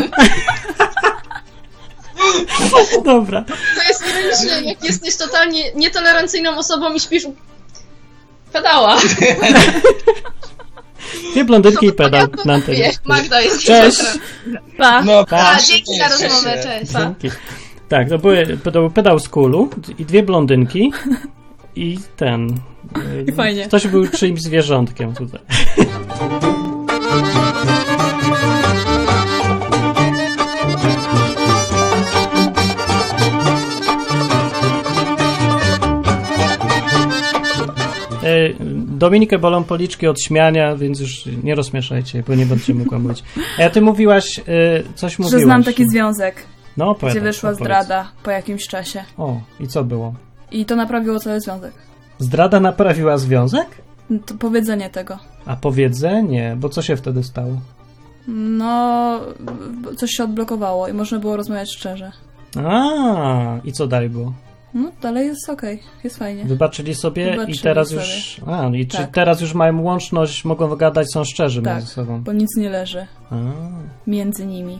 Dobra. To jest ironiczne, jak jesteś totalnie nietolerancyjną osobą i śpisz u pedała. Dwie blondynki i pedał na antenie. Magda jest Cześć. Pa! no Pa. A, proszę, dzięki za cieszę rozmowę, się. cześć. Dzięki. Tak, to były pedał, pedał z kulu i dwie blondynki i ten... I fajnie. Ktoś był czyimś zwierzątkiem tutaj. E, Dominikę bolą policzki od śmiania, więc już nie rozmieszajcie, bo nie będziecie mogła mówić. A ty mówiłaś, e, coś mówiłaś. Że znam taki związek, No, opowiadaj, gdzie wyszła opowiedz. zdrada po jakimś czasie. O, i co było? I to naprawiło cały związek. Zdrada naprawiła związek? No to powiedzenie tego. A powiedzenie? Bo co się wtedy stało? No, coś się odblokowało i można było rozmawiać szczerze. A, i co dalej było? No, dalej jest okej, jest fajnie. Wybaczyli sobie Wybaczyli i teraz sobie. już... A, i czy Tak. teraz już mają łączność, mogą gadać, są szczerzy Tak, między sobą. bo nic nie leży A, między nimi.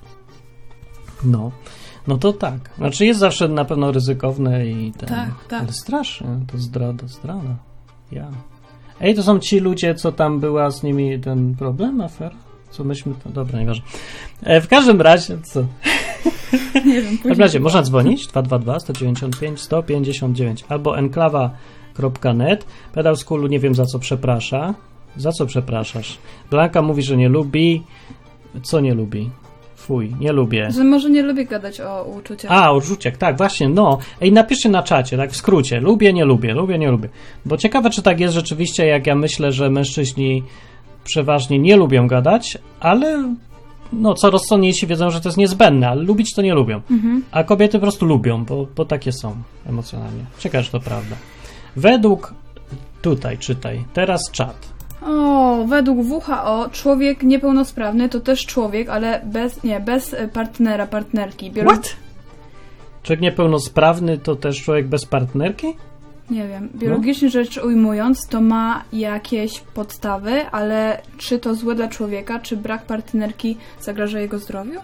no. No to tak. Znaczy jest zawsze na pewno ryzykowne i ten... Tak, tak. Ale strasznie, to zdrada, zdrada. Ja. Ej, to są ci ludzie, co tam była z nimi ten problem, afera? Co myśmy... To, dobra, nieważne. E, w każdym razie, co... Nie wiem, W każdym razie można dzwonić dwa dwa dwa, sto dziewięćdziesiąt pięć, sto pięćdziesiąt dziewięć albo enklawa kropka net. Pedał z kulu nie wiem za co przeprasza. Za co przepraszasz? Blanka mówi, że nie lubi. Co nie lubi? Fuj, nie lubię. Że może nie lubię gadać o uczuciach. A, o uczuciach, tak, właśnie, no. Ej, napiszcie na czacie, tak w skrócie. Lubię, nie lubię, lubię, nie lubię. Bo ciekawe, czy tak jest rzeczywiście, jak ja myślę, że mężczyźni przeważnie nie lubią gadać, ale no, co rozsądniejsi wiedzą, że to jest niezbędne, ale lubić to nie lubią. Mhm. A kobiety po prostu lubią, bo, bo takie są emocjonalnie. Ciekawe, że to prawda. Według, tutaj czytaj, teraz czat. O, według W H O człowiek niepełnosprawny to też człowiek, ale bez, nie, bez partnera, partnerki. Biorą... What? Człowiek niepełnosprawny to też człowiek bez partnerki? Nie wiem. Biologicznie No. rzecz ujmując, to ma jakieś podstawy, ale czy to złe dla człowieka, czy brak partnerki zagraża jego zdrowiu?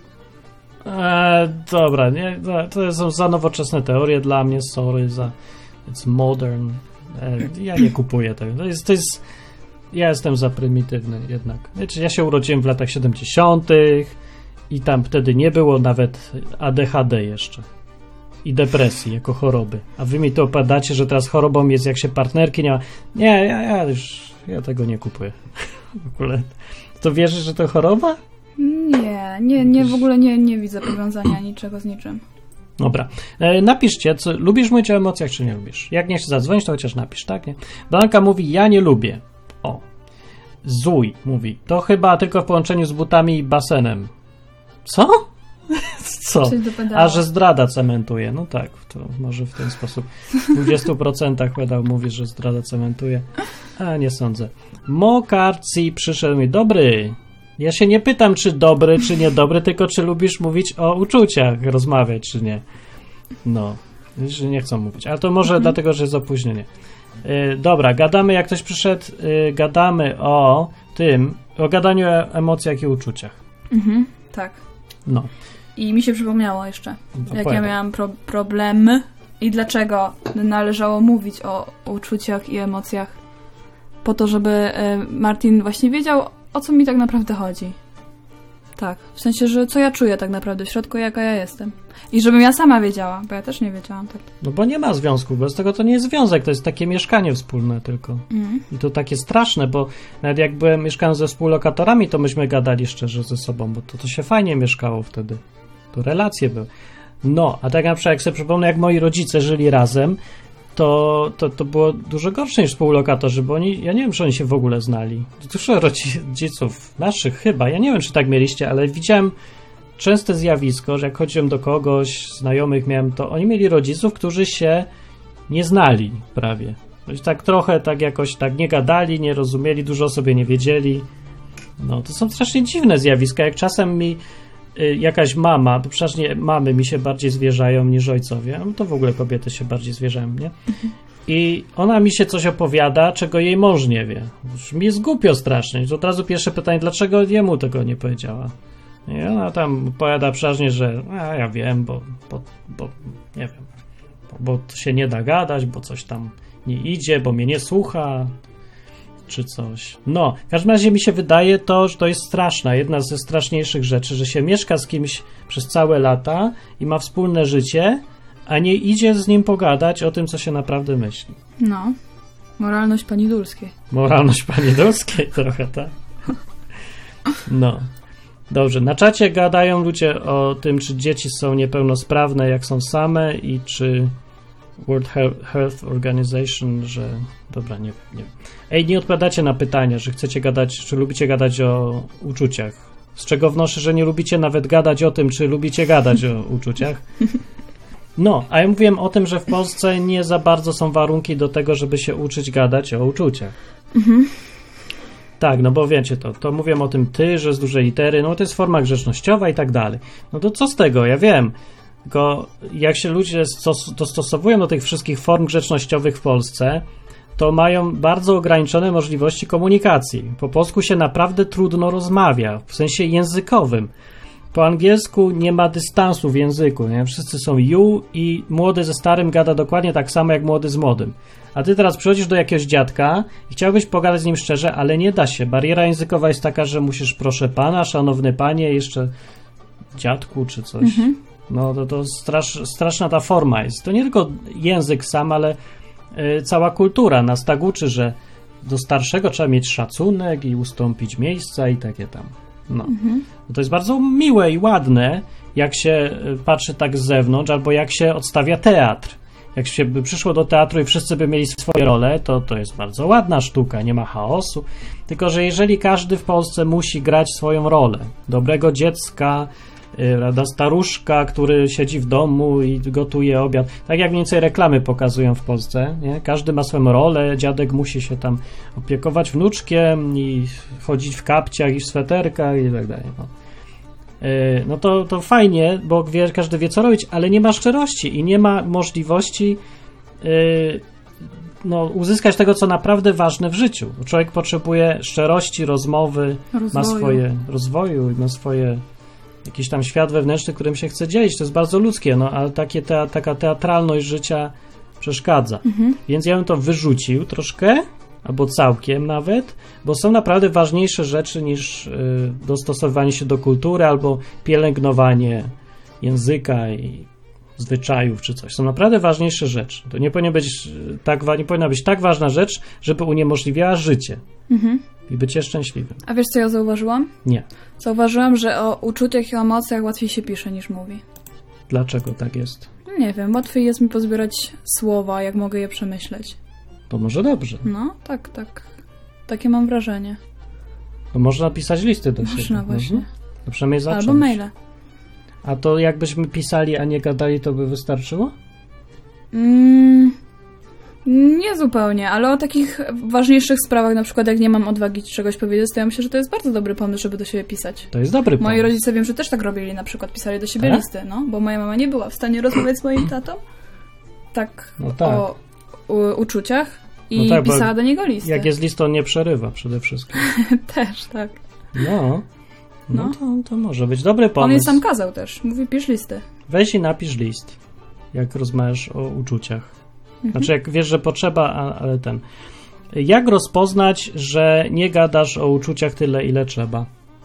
Eee, dobra, nie, to są za nowoczesne teorie dla mnie, sorry, za it's modern. Eee, ja nie kupuję tego. To jest, to jest, ja jestem za prymitywny jednak. Wiecie, ja się urodziłem w latach siedemdziesiątych i tam wtedy nie było nawet A D H D jeszcze. I depresji jako choroby. A wy mi to opadacie, że teraz chorobą jest jak się partnerki nie ma. Nie, ja, ja już ja tego nie kupuję. W ogóle. To wierzysz, że to choroba? Nie, nie, nie, w ogóle nie, nie widzę powiązania niczego z niczym. Dobra. E, napiszcie, co, lubisz mówić o emocjach, czy nie lubisz? Jak nie chcesz zadzwonić, to chociaż napisz, tak? Nie? Blanka mówi, ja nie lubię. O. Zuj mówi, to chyba tylko w połączeniu z butami i basenem. Co? Co? Czyli do pedała. A, że zdrada cementuje. No tak, to może w ten sposób. W dwudziestu procentach pedał mówi, że zdrada cementuje. A, nie sądzę. Mokarci przyszedł mi, dobry. Ja się nie pytam, czy dobry, czy niedobry, tylko czy lubisz mówić o uczuciach, rozmawiać, czy nie. No, że nie chcą mówić. Ale to może Mhm. dlatego, że jest opóźnienie. Y, dobra, gadamy, jak ktoś przyszedł, y, gadamy o tym, o gadaniu o emocjach i uczuciach. Mhm, tak. No. I mi się przypomniało jeszcze, jak Opowiadaj. ja miałam pro- problemy i dlaczego należało mówić o uczuciach i emocjach. Po to, żeby y, Martin właśnie wiedział, o co mi tak naprawdę chodzi. Tak, w sensie, że co ja czuję tak naprawdę w środku, jaka ja jestem. I żebym ja sama wiedziała, bo ja też nie wiedziałam. Tak. No bo nie ma związku, bez tego to nie jest związek, to jest takie mieszkanie wspólne tylko. Mhm. I to takie straszne, bo nawet jak byłem, mieszkałem ze współlokatorami, to myśmy gadali szczerze ze sobą, bo to, to się fajnie mieszkało wtedy. To relacje były. No, a tak na przykład jak sobie przypomnę, jak moi rodzice żyli razem, to, to, to było dużo gorsze niż współlokatorzy, bo oni, ja nie wiem, czy oni się w ogóle znali. Dużo rodziców naszych chyba, ja nie wiem, czy tak mieliście, ale widziałem częste zjawisko, że jak chodziłem do kogoś, znajomych miałem, to oni mieli rodziców, którzy się nie znali prawie. Tak trochę tak jakoś tak nie gadali, nie rozumieli, dużo o sobie nie wiedzieli. No, to są strasznie dziwne zjawiska, jak czasem mi y, jakaś mama, bo przecież nie, mamy mi się bardziej zwierzają niż ojcowie, no to w ogóle kobiety się bardziej zwierzają, nie? I ona mi się coś opowiada, czego jej mąż nie wie. Już mi jest głupio strasznie. To od razu pierwsze pytanie, dlaczego jemu tego nie powiedziała? I ona tam opowiada przeważnie, że a ja wiem, bo, bo, bo nie wiem, bo, bo to się nie da gadać, bo coś tam nie idzie, bo mnie nie słucha, czy coś. No, w każdym razie mi się wydaje to, że to jest straszna, jedna ze straszniejszych rzeczy, że się mieszka z kimś przez całe lata i ma wspólne życie, a nie idzie z nim pogadać o tym, co się naprawdę myśli. No, moralność pani Dulskiej. Moralność pani Dulskiej trochę, tak? No. Dobrze, na czacie gadają ludzie o tym, czy dzieci są niepełnosprawne, jak są same i czy World Health Organization, że... Dobra, nie wiem, nie wiem. Ej, nie odpowiadacie na pytania, że chcecie gadać, czy lubicie gadać o uczuciach. Z czego wnoszę, że nie lubicie nawet gadać o tym, czy lubicie gadać o uczuciach. No, a ja mówiłem o tym, że w Polsce nie za bardzo są warunki do tego, żeby się uczyć gadać o uczuciach. Mhm. Tak, no bo wiecie to, to mówię o tym ty, że z dużej litery, no to jest forma grzecznościowa i tak dalej. No to co z tego, ja wiem. Tylko jak się ludzie stos- dostosowują do tych wszystkich form grzecznościowych w Polsce, to mają bardzo ograniczone możliwości komunikacji. Po polsku się naprawdę trudno rozmawia, w sensie językowym. Po angielsku nie ma dystansu w języku, nie? Wszyscy są you i młody ze starym gada dokładnie tak samo jak młody z młodym. A ty teraz przychodzisz do jakiegoś dziadka i chciałbyś pogadać z nim szczerze, ale nie da się. Bariera językowa jest taka, że musisz proszę pana, szanowny panie, jeszcze dziadku czy coś. Mhm. No to, to strasz, straszna ta forma jest. To nie tylko język sam, ale y, cała kultura nas tak uczy, że do starszego trzeba mieć szacunek i ustąpić miejsca i takie tam. No. Mhm. To jest bardzo miłe i ładne, jak się patrzy tak z zewnątrz, albo jak się odstawia teatr. Jak się by przyszło do teatru i wszyscy by mieli swoje role, to to jest bardzo ładna sztuka, nie ma chaosu. Tylko że jeżeli każdy w Polsce musi grać swoją rolę, dobrego dziecka, rada staruszka, który siedzi w domu i gotuje obiad, tak jak mniej więcej reklamy pokazują w Polsce, nie? Każdy ma swoją rolę, dziadek musi się tam opiekować wnuczkiem i chodzić w kapciach i w sweterkach i tak dalej. No, yy, no to, to fajnie, bo wie, każdy wie co robić, ale nie ma szczerości i nie ma możliwości yy, no, uzyskać tego, co naprawdę ważne w życiu. Człowiek potrzebuje szczerości, rozmowy, rozwoju. ma swoje rozwoju, ma swoje jakiś tam świat wewnętrzny, którym się chce dzielić. To jest bardzo ludzkie, no, ale takie te, taka teatralność życia przeszkadza. Mhm. Więc ja bym to wyrzucił troszkę, albo całkiem nawet, bo są naprawdę ważniejsze rzeczy niż y, dostosowanie się do kultury albo pielęgnowanie języka i zwyczajów czy coś. Są naprawdę ważniejsze rzeczy. To nie powinno być tak, nie powinna być tak ważna rzecz, żeby uniemożliwiała życie. Mhm. I bycie szczęśliwym. A wiesz, co ja zauważyłam? Nie. Zauważyłam, że o uczuciach i o emocjach łatwiej się pisze niż mówi. Dlaczego tak jest? Nie wiem, łatwiej jest mi pozbierać słowa, jak mogę je przemyśleć. To może dobrze. No, tak, tak. Takie mam wrażenie. To można napisać listy do siebie. Można właśnie. Mhm. To przynajmniej zacząć. Albo maile. A to jakbyśmy pisali, a nie gadali, to by wystarczyło? Mm, nie zupełnie, ale o takich ważniejszych sprawach, na przykład jak nie mam odwagi czegoś powiedzieć, to ja myślę, że to jest bardzo dobry pomysł, żeby do siebie pisać. To jest dobry pomysł. Moi rodzice wiem, że też tak robili, na przykład pisali do siebie tak? listy, no, bo moja mama nie była w stanie rozmawiać z moim tatą tak, no tak. o u, uczuciach I no tak, pisała do niego listy. Jak jest list, to on nie przerywa przede wszystkim. Też, tak. No, no, No. To, to może być dobry pomysł. On jej sam kazał też. Mówi, pisz listy. Weź i napisz list, jak rozmawiasz o uczuciach. Mhm. Znaczy, jak wiesz, że potrzeba, a- ale ten... Jak rozpoznać, że nie gadasz o uczuciach tyle, ile trzeba?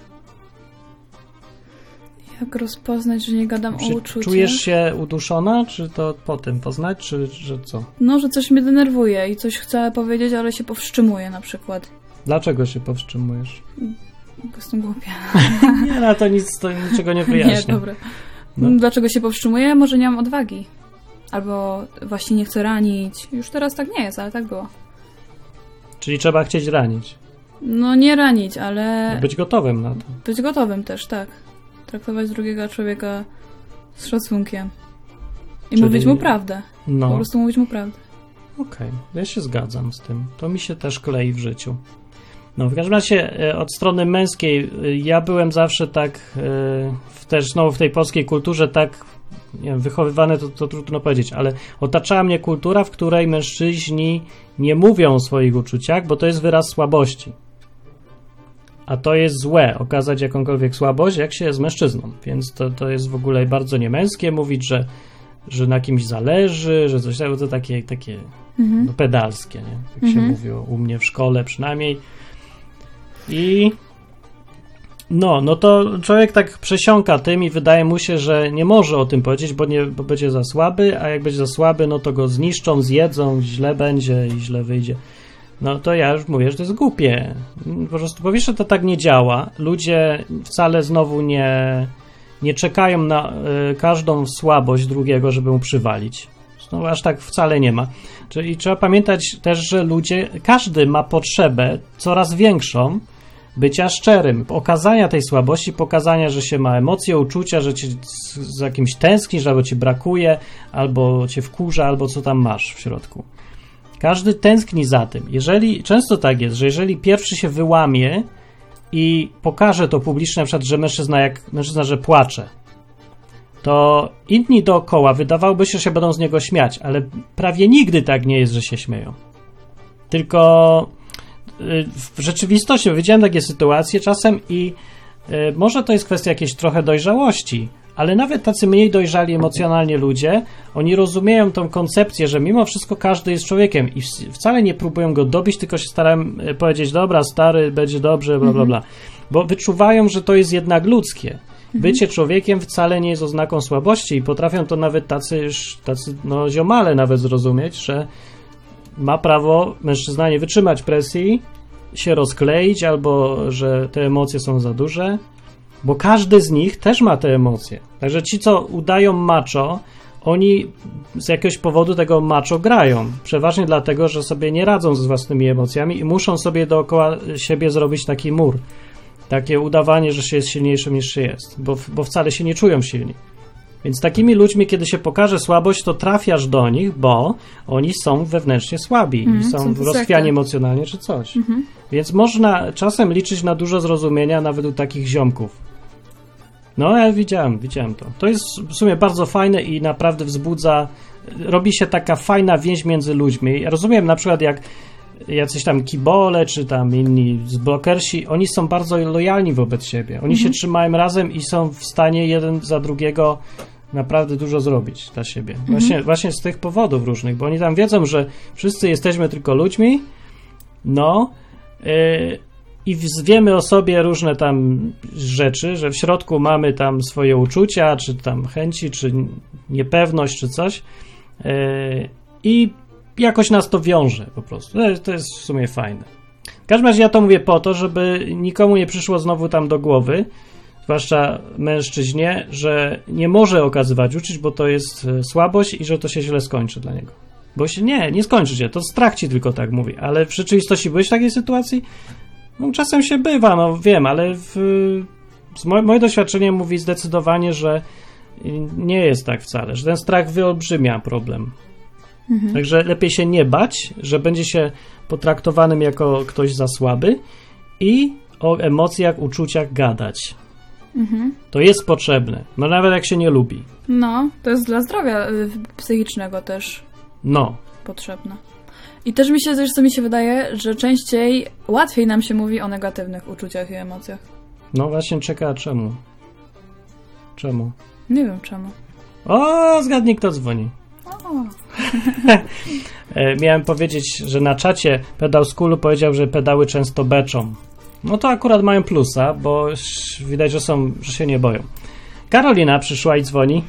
Jak rozpoznać, że nie gadam Czy o uczuciach? czujesz się uduszona, czy to po tym poznać, czy że co? No, że coś mnie denerwuje i coś chcę powiedzieć, ale się powstrzymuje na przykład. Dlaczego się powstrzymujesz? Bo jestem głupia. Nie, no to nic, to niczego nie Nie, wyjaśnia. dobra. No. Dlaczego się powstrzymuję? Może nie mam odwagi. Albo właśnie nie chcę ranić. Już teraz tak nie jest, ale tak było. Czyli trzeba chcieć ranić. No nie ranić, ale Być gotowym na to. być gotowym też, tak. Traktować drugiego człowieka z szacunkiem. I Czyli- mówić mu prawdę. Po No, prostu mówić mu prawdę. okej. Ja się zgadzam z tym. To mi się też klei w życiu. No, w każdym razie e, od strony męskiej e, ja byłem zawsze tak e, w, też znowu w tej polskiej kulturze tak nie wiem, wychowywany, to, to trudno powiedzieć, ale otaczała mnie kultura, w której mężczyźni nie mówią o swoich uczuciach, bo to jest wyraz słabości. A to jest złe, okazać jakąkolwiek słabość, jak się jest mężczyzną. Więc to, to jest w ogóle bardzo niemęskie mówić, że, że na kimś zależy, że coś takiego, to takie, takie Mhm. no, pedalskie, nie? Jak się Mhm. mówiło u mnie w szkole przynajmniej. I no, no to człowiek tak przesiąka tym i wydaje mu się, że nie może o tym powiedzieć, bo, nie, bo będzie za słaby, a jak będzie za słaby, no to go zniszczą, zjedzą, źle będzie i źle wyjdzie. No to ja już mówię, że to jest głupie. Po prostu powiesz, że to tak nie działa. Ludzie wcale znowu nie, nie czekają na y, każdą słabość drugiego, żeby mu przywalić. No aż tak wcale nie ma. Czyli trzeba pamiętać też, że ludzie, każdy ma potrzebę coraz większą bycia szczerym, okazania tej słabości, pokazania, że się ma emocje, uczucia, że ci z, z jakimś tęsknisz, albo ci brakuje, albo cię wkurza, albo co tam masz w środku. Każdy tęskni za tym. Jeżeli, często tak jest, że jeżeli pierwszy się wyłamie i pokaże to publicznie, na przykład, że mężczyzna, jak mężczyzna, że płacze, to inni dookoła wydawałoby się, że się będą z niego śmiać, ale prawie nigdy tak nie jest, że się śmieją. Tylko y, w rzeczywistości widziałem takie sytuacje czasem i y, może to jest kwestia jakiejś trochę dojrzałości, ale nawet tacy mniej dojrzali emocjonalnie ludzie, oni rozumieją tą koncepcję, że mimo wszystko każdy jest człowiekiem i w- wcale nie próbują go dobić, tylko się starają y, powiedzieć, dobra, stary, będzie dobrze, bla, bla, bla. Bo wyczuwają, że to jest jednak ludzkie. Bycie człowiekiem wcale nie jest oznaką słabości i potrafią to nawet tacy, już- tacy no, ziomale nawet zrozumieć, że ma prawo mężczyzna nie wytrzymać presji, się rozkleić albo że te emocje są za duże, bo każdy z nich też ma te emocje. Także ci, co udają macho, oni z jakiegoś powodu tego macho grają. Przeważnie dlatego, że sobie nie radzą z własnymi emocjami i muszą sobie dookoła siebie zrobić taki mur. Takie udawanie, że się jest silniejszym niż się jest, bo, bo wcale się nie czują silni. Więc takimi ludźmi, kiedy się pokaże słabość, to trafiasz do nich, bo oni są wewnętrznie słabi Mhm, i są, są to rozchwiani sekty. emocjonalnie czy coś. Mhm. Więc można czasem liczyć na dużo zrozumienia nawet u takich ziomków. No, ja widziałem, widziałem to. To jest w sumie bardzo fajne i naprawdę wzbudza, robi się taka fajna więź między ludźmi. Ja rozumiem na przykład jak jacyś tam kibole, czy tam inni zblokersi, oni są bardzo lojalni wobec siebie. Oni się trzymają razem i są w stanie jeden za drugiego naprawdę dużo zrobić dla siebie. Właśnie, właśnie z tych powodów różnych, bo oni tam wiedzą, że wszyscy jesteśmy tylko ludźmi, no yy, i w- wiemy o sobie różne tam rzeczy, że w środku mamy tam swoje uczucia, czy tam chęci, czy niepewność, czy coś yy, i jakoś nas to wiąże po prostu. To jest, to jest w sumie fajne. W każdym razie ja to mówię po to, żeby nikomu nie przyszło znowu tam do głowy, zwłaszcza mężczyźnie, że nie może okazywać uczuć, bo to jest e, słabość i że to się źle skończy dla niego. Bo się nie, nie skończy się, to strach ci tylko tak mówi. Ale w rzeczywistości byłeś w takiej sytuacji? No, czasem się bywa, no wiem, ale w, z moje, moje doświadczenie mówi zdecydowanie, że nie jest tak wcale, że ten strach wyolbrzymia problem. Mhm. Także lepiej się nie bać, że będzie się potraktowanym jako ktoś za słaby i o emocjach, uczuciach gadać. Mhm. To jest potrzebne, no nawet jak się nie lubi. No, to jest dla zdrowia y, psychicznego też No, potrzebne. I też mi się, też co mi się wydaje, że częściej, łatwiej nam się mówi o negatywnych uczuciach i emocjach. No właśnie, czeka, czemu? Czemu? Nie wiem czemu. O, zgadnij, kto dzwoni. O. Miałem powiedzieć, że na czacie Pedał Skulu powiedział, że pedały często beczą. No to akurat mają plusa, bo widać, że są, że się nie boją. Karolina przyszła i dzwoni.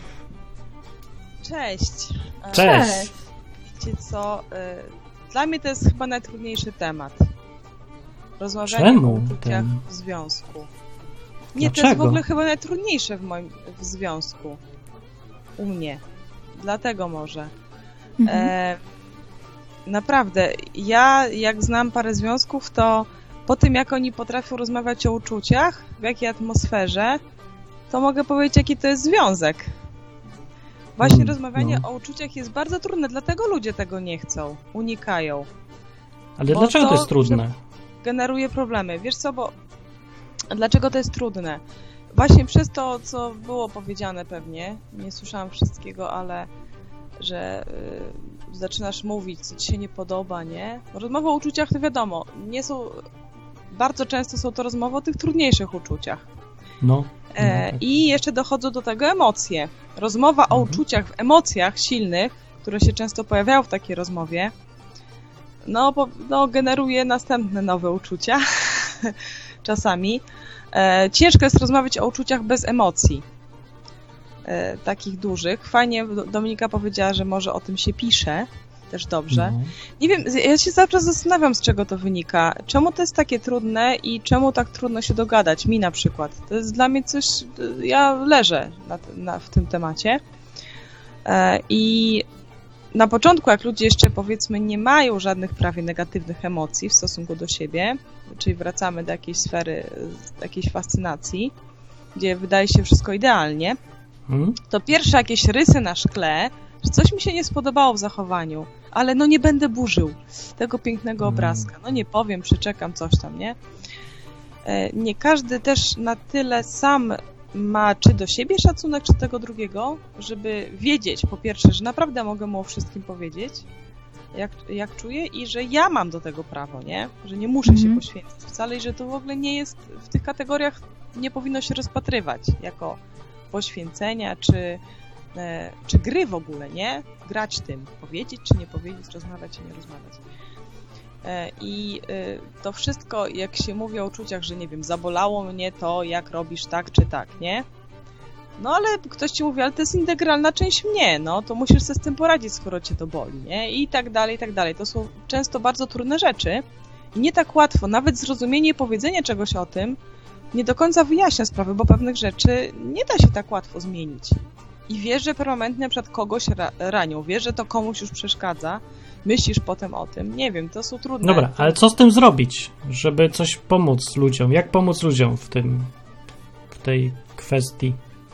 Cześć. Cześć. Cześć. Wiecie co? Dla mnie to jest chyba najtrudniejszy temat. Rozmawianie Czemu o uczuciach ten? w związku. Nie, to Dlaczego? jest w ogóle chyba najtrudniejsze w moim w związku. U mnie. Dlatego może. Mhm. E, naprawdę, ja jak znam parę związków, to po tym jak oni potrafią rozmawiać o uczuciach, w jakiej atmosferze, to mogę powiedzieć, jaki to jest związek. Właśnie Mm, rozmawianie no. o uczuciach jest bardzo trudne, dlatego ludzie tego nie chcą, unikają. Ale Bo dlaczego to to, jest trudne? Generuje problemy. Wiesz co, bo dlaczego to jest trudne? Właśnie przez to, co było powiedziane pewnie, nie słyszałam wszystkiego, ale że y, zaczynasz mówić, co ci się nie podoba, nie? Rozmowy o uczuciach, to wiadomo, nie są, bardzo często są to rozmowy o tych trudniejszych uczuciach. No. E, no tak. I jeszcze dochodzą do tego emocje. Rozmowa o Mhm. uczuciach, w emocjach silnych, które się często pojawiają w takiej rozmowie, no, bo, no generuje następne nowe uczucia czasami. E, ciężko jest rozmawiać o uczuciach bez emocji. E, takich dużych. Fajnie Dominika powiedziała, że może o tym się pisze. Też dobrze. No. Nie wiem, ja się cały czas zastanawiam, z czego to wynika. Czemu to jest takie trudne i czemu tak trudno się dogadać? Mi na przykład. To jest dla mnie coś... Ja leżę na, na, w tym temacie. E, I na początku, jak ludzie jeszcze, powiedzmy, nie mają żadnych prawie negatywnych emocji w stosunku do siebie, czyli wracamy do jakiejś sfery, jakiejś fascynacji, gdzie wydaje się wszystko idealnie, Hmm? to pierwsze jakieś rysy na szkle, że coś mi się nie spodobało w zachowaniu, ale no nie będę burzył tego pięknego obrazka. No nie powiem, przeczekam coś tam, nie? Nie każdy też na tyle sam ma czy do siebie szacunek, czy tego drugiego, żeby wiedzieć, po pierwsze, że naprawdę mogę mu o wszystkim powiedzieć, jak, jak czuję i że ja mam do tego prawo, nie? Że nie muszę Mhm. się poświęcić wcale i że to w ogóle nie jest, w tych kategoriach nie powinno się rozpatrywać jako poświęcenia, czy, e, czy gry w ogóle, nie? Grać tym, powiedzieć, czy nie powiedzieć, rozmawiać, czy nie rozmawiać. E, I e, to wszystko, jak się mówi o uczuciach, że nie wiem, zabolało mnie to, jak robisz tak, czy tak, nie? No ale ktoś ci mówi, ale to jest integralna część mnie, no to musisz sobie z tym poradzić, skoro cię to boli, nie? I tak dalej, i tak dalej. To są często bardzo trudne rzeczy i nie tak łatwo, nawet zrozumienie i powiedzenie czegoś o tym nie do końca wyjaśnia sprawy, bo pewnych rzeczy nie da się tak łatwo zmienić. I wiesz, że permanentnie na przykład kogoś ra- ranią, wiesz, że to komuś już przeszkadza, myślisz potem o tym, nie wiem, to są trudne. Dobra, ale co z tym zrobić, żeby coś pomóc ludziom? Jak pomóc ludziom w tym, w tej kwestii?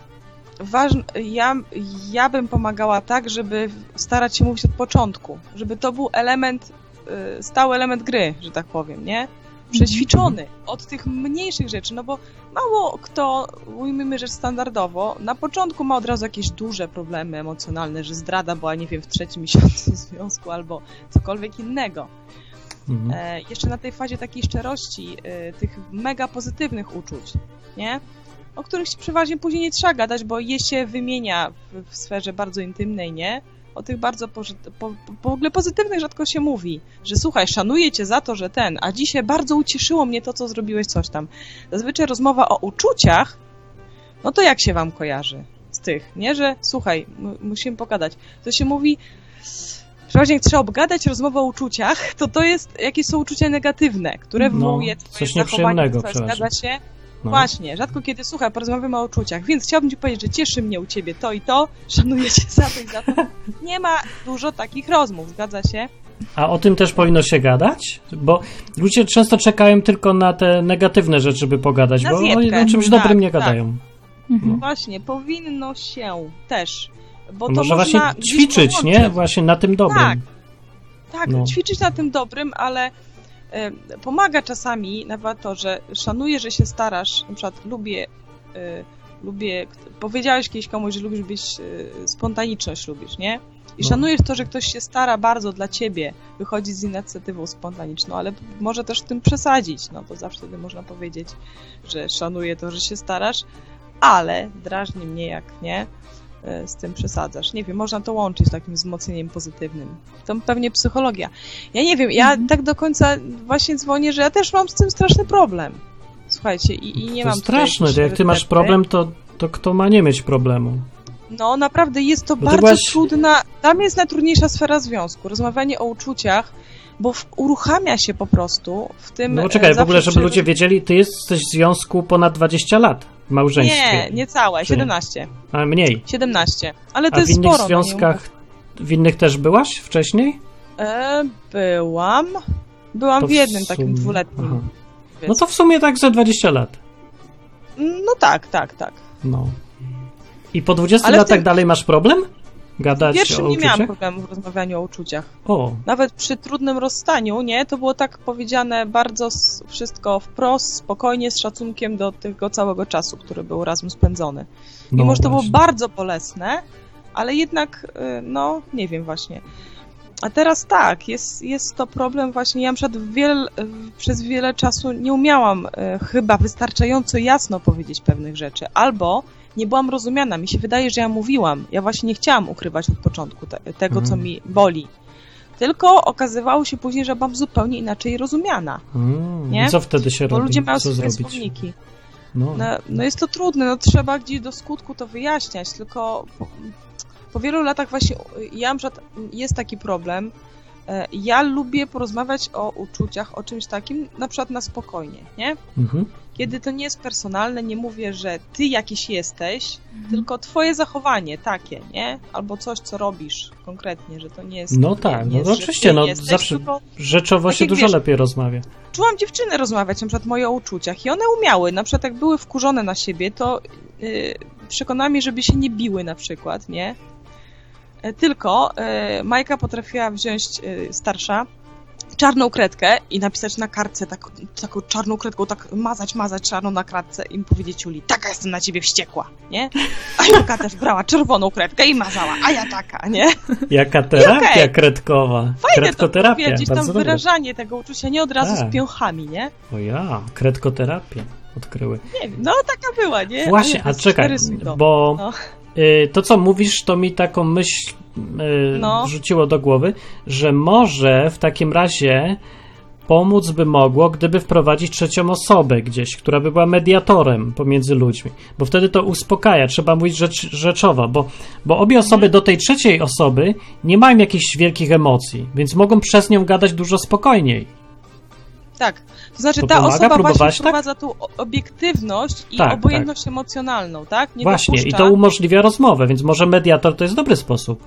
Ważne, ja, ja bym pomagała tak, żeby starać się mówić od początku, żeby to był element, y, stały element gry, że tak powiem, nie? Przećwiczony od tych mniejszych rzeczy, no bo mało kto, ujmijmy rzecz standardowo, na początku ma od razu jakieś duże problemy emocjonalne, że zdrada była, nie wiem, w trzecim miesiącu związku albo cokolwiek innego. Mhm. E, jeszcze na tej fazie takiej szczerości, e, tych mega pozytywnych uczuć, nie? O których się przeważnie później nie trzeba gadać, bo je się wymienia w, w sferze bardzo intymnej, nie? O tych bardzo po, po, po w ogóle pozytywnych rzadko się mówi, że słuchaj, szanuję cię za to, że ten, a dzisiaj bardzo ucieszyło mnie to, co zrobiłeś, coś tam. Zazwyczaj rozmowa o uczuciach, no to jak się wam kojarzy z tych, nie? Że słuchaj, m- musimy pogadać. To się mówi, przeważnie jak trzeba obgadać rozmowę o uczuciach, to to jest, jakieś są uczucia negatywne, które No, wywołuje coś twoje zachowanie, nieprzyjemnego, twoje, przepraszam. zgadza się? No. Właśnie, rzadko kiedy, słuchaj, porozmawiamy o uczuciach, więc chciałabym ci powiedzieć, że cieszy mnie u ciebie to i to, szanuję cię za to i za to. Nie ma dużo takich rozmów, zgadza się? A o tym też powinno się gadać? Bo ludzie często czekają tylko na te negatywne rzeczy, by pogadać, Na bo zjedkę. oni o czymś Tak, dobrym nie tak. gadają. Mhm. Właśnie, powinno się też, bo to Może można właśnie gdzieś ćwiczyć, połączyć. nie? Właśnie na tym dobrym. Tak. Tak, No. ćwiczyć na tym dobrym, ale e, pomaga czasami nawet to, że szanuję, że się starasz, na przykład lubię, e, lubię, powiedziałeś kiedyś komuś, że lubisz być, e, spontaniczność lubisz, nie? I No. szanujesz to, że ktoś się stara bardzo dla ciebie, wychodzi z inicjatywą spontaniczną, ale może też w tym przesadzić, no bo zawsze wtedy można powiedzieć, że szanuję to, że się starasz, ale drażni mnie, jak nie, z tym przesadzasz. Nie wiem, można to łączyć z takim wzmocnieniem pozytywnym. To pewnie psychologia. Ja nie wiem, ja tak do końca właśnie dzwonię, że ja też mam z tym straszny problem. Słuchajcie, i, i nie to mam straszne, tutaj to jak ty masz recepty. problem, to, to kto ma nie mieć problemu? No naprawdę jest to Bo ty bardzo byłaś- trudna, dla mnie jest najtrudniejsza sfera związku, rozmawianie o uczuciach, bo w, uruchamia się po prostu w tym... No czekaj, e, w ogóle, zawsze żeby przy- ludzie wiedzieli, ty jesteś w związku ponad dwadzieścia lat w małżeństwie. Nie, nie całe, Czy- siedemnaście. A mniej. siedemnaście. Ale to A w jest innych sporo. no nie związkach, w innych też byłaś wcześniej? E, byłam. Byłam To w jednym w takim sumie- dwuletnim. aha. Więc- No to w sumie tak ze dwadzieścia lat. No tak, tak, tak. No. I po dwudziestu Ale w latach tym- dalej masz problem? W Gadać pierwszym o nie miałam uczuciach? problemu w rozmawianiu o uczuciach. O, Nawet przy trudnym rozstaniu, nie? To było tak powiedziane bardzo s- wszystko wprost, spokojnie, z szacunkiem do tego całego czasu, który był razem spędzony. no Mimo, że to było właśnie. bardzo bolesne, ale jednak, y, no, nie wiem właśnie. A teraz tak, jest, jest to problem właśnie, ja na przykład wiel, przez wiele czasu nie umiałam y, chyba wystarczająco jasno powiedzieć pewnych rzeczy, albo nie byłam rozumiana. Mi się wydaje, że ja mówiłam, ja właśnie nie chciałam ukrywać od początku te, tego, Mhm. co mi boli. Tylko okazywało się później, że byłam zupełnie inaczej rozumiana, Mm, nie? i co wtedy się bo robi? ludzie mają Co swoje zrobić? słowniki. No. No, no jest to trudne, no trzeba gdzieś do skutku to wyjaśniać, tylko po, po wielu latach właśnie ja na przykład, jest taki problem, e, ja lubię porozmawiać o uczuciach, o czymś takim, na przykład na spokojnie, nie? Mhm. Kiedy to nie jest personalne, nie mówię, że ty jakiś jesteś, tylko twoje zachowanie takie, nie? Albo coś, co robisz konkretnie, że to nie jest... No nie, tak, nie no jest, to że oczywiście, ty no jesteś, zawsze tylko rzeczowo tak się jak dużo wiesz, lepiej rozmawia. czułam dziewczyny rozmawiać na przykład moje o uczuciach i one umiały, na przykład jak były wkurzone na siebie, to yy, przekonała mnie, żeby się nie biły na przykład, nie? E, Tylko yy, Majka potrafiła wziąć, yy, starsza, czarną kredkę i napisać na kartce tak, taką czarną kredką, tak mazać, mazać czarną na kratce i powiedzieć Juli, taka jestem na ciebie wściekła, nie? A Julka też brała czerwoną kredkę i mazała, a ja taka, nie? Jaka terapia okej. kredkowa. Fajne to Kredkoterapia, było, gdzieś tam bardzo dobre. wyrażanie tego uczucia, nie od razu Tak. z piąchami, nie? O ja, kredkoterapia odkryły. Nie wiem, no taka była, nie? Właśnie, Ale a czekaj, przerysuj to. bo No. y, to co mówisz, to mi taką myśl y, No. rzuciło do głowy, że może w takim razie pomóc by mogło, gdyby wprowadzić trzecią osobę gdzieś, która by była mediatorem pomiędzy ludźmi, bo wtedy to uspokaja, trzeba mówić rzecz, rzeczowo, bo, bo obie osoby do tej trzeciej osoby nie mają jakichś wielkich emocji, więc mogą przez nią gadać dużo spokojniej. Tak, to znaczy To ta pomaga? osoba Próbowałaś właśnie tak? wprowadza tu o- obiektywność i Tak, obojętność emocjonalną, tak? Nie Właśnie, dopuszcza... i to umożliwia rozmowę, więc może mediator to jest dobry sposób.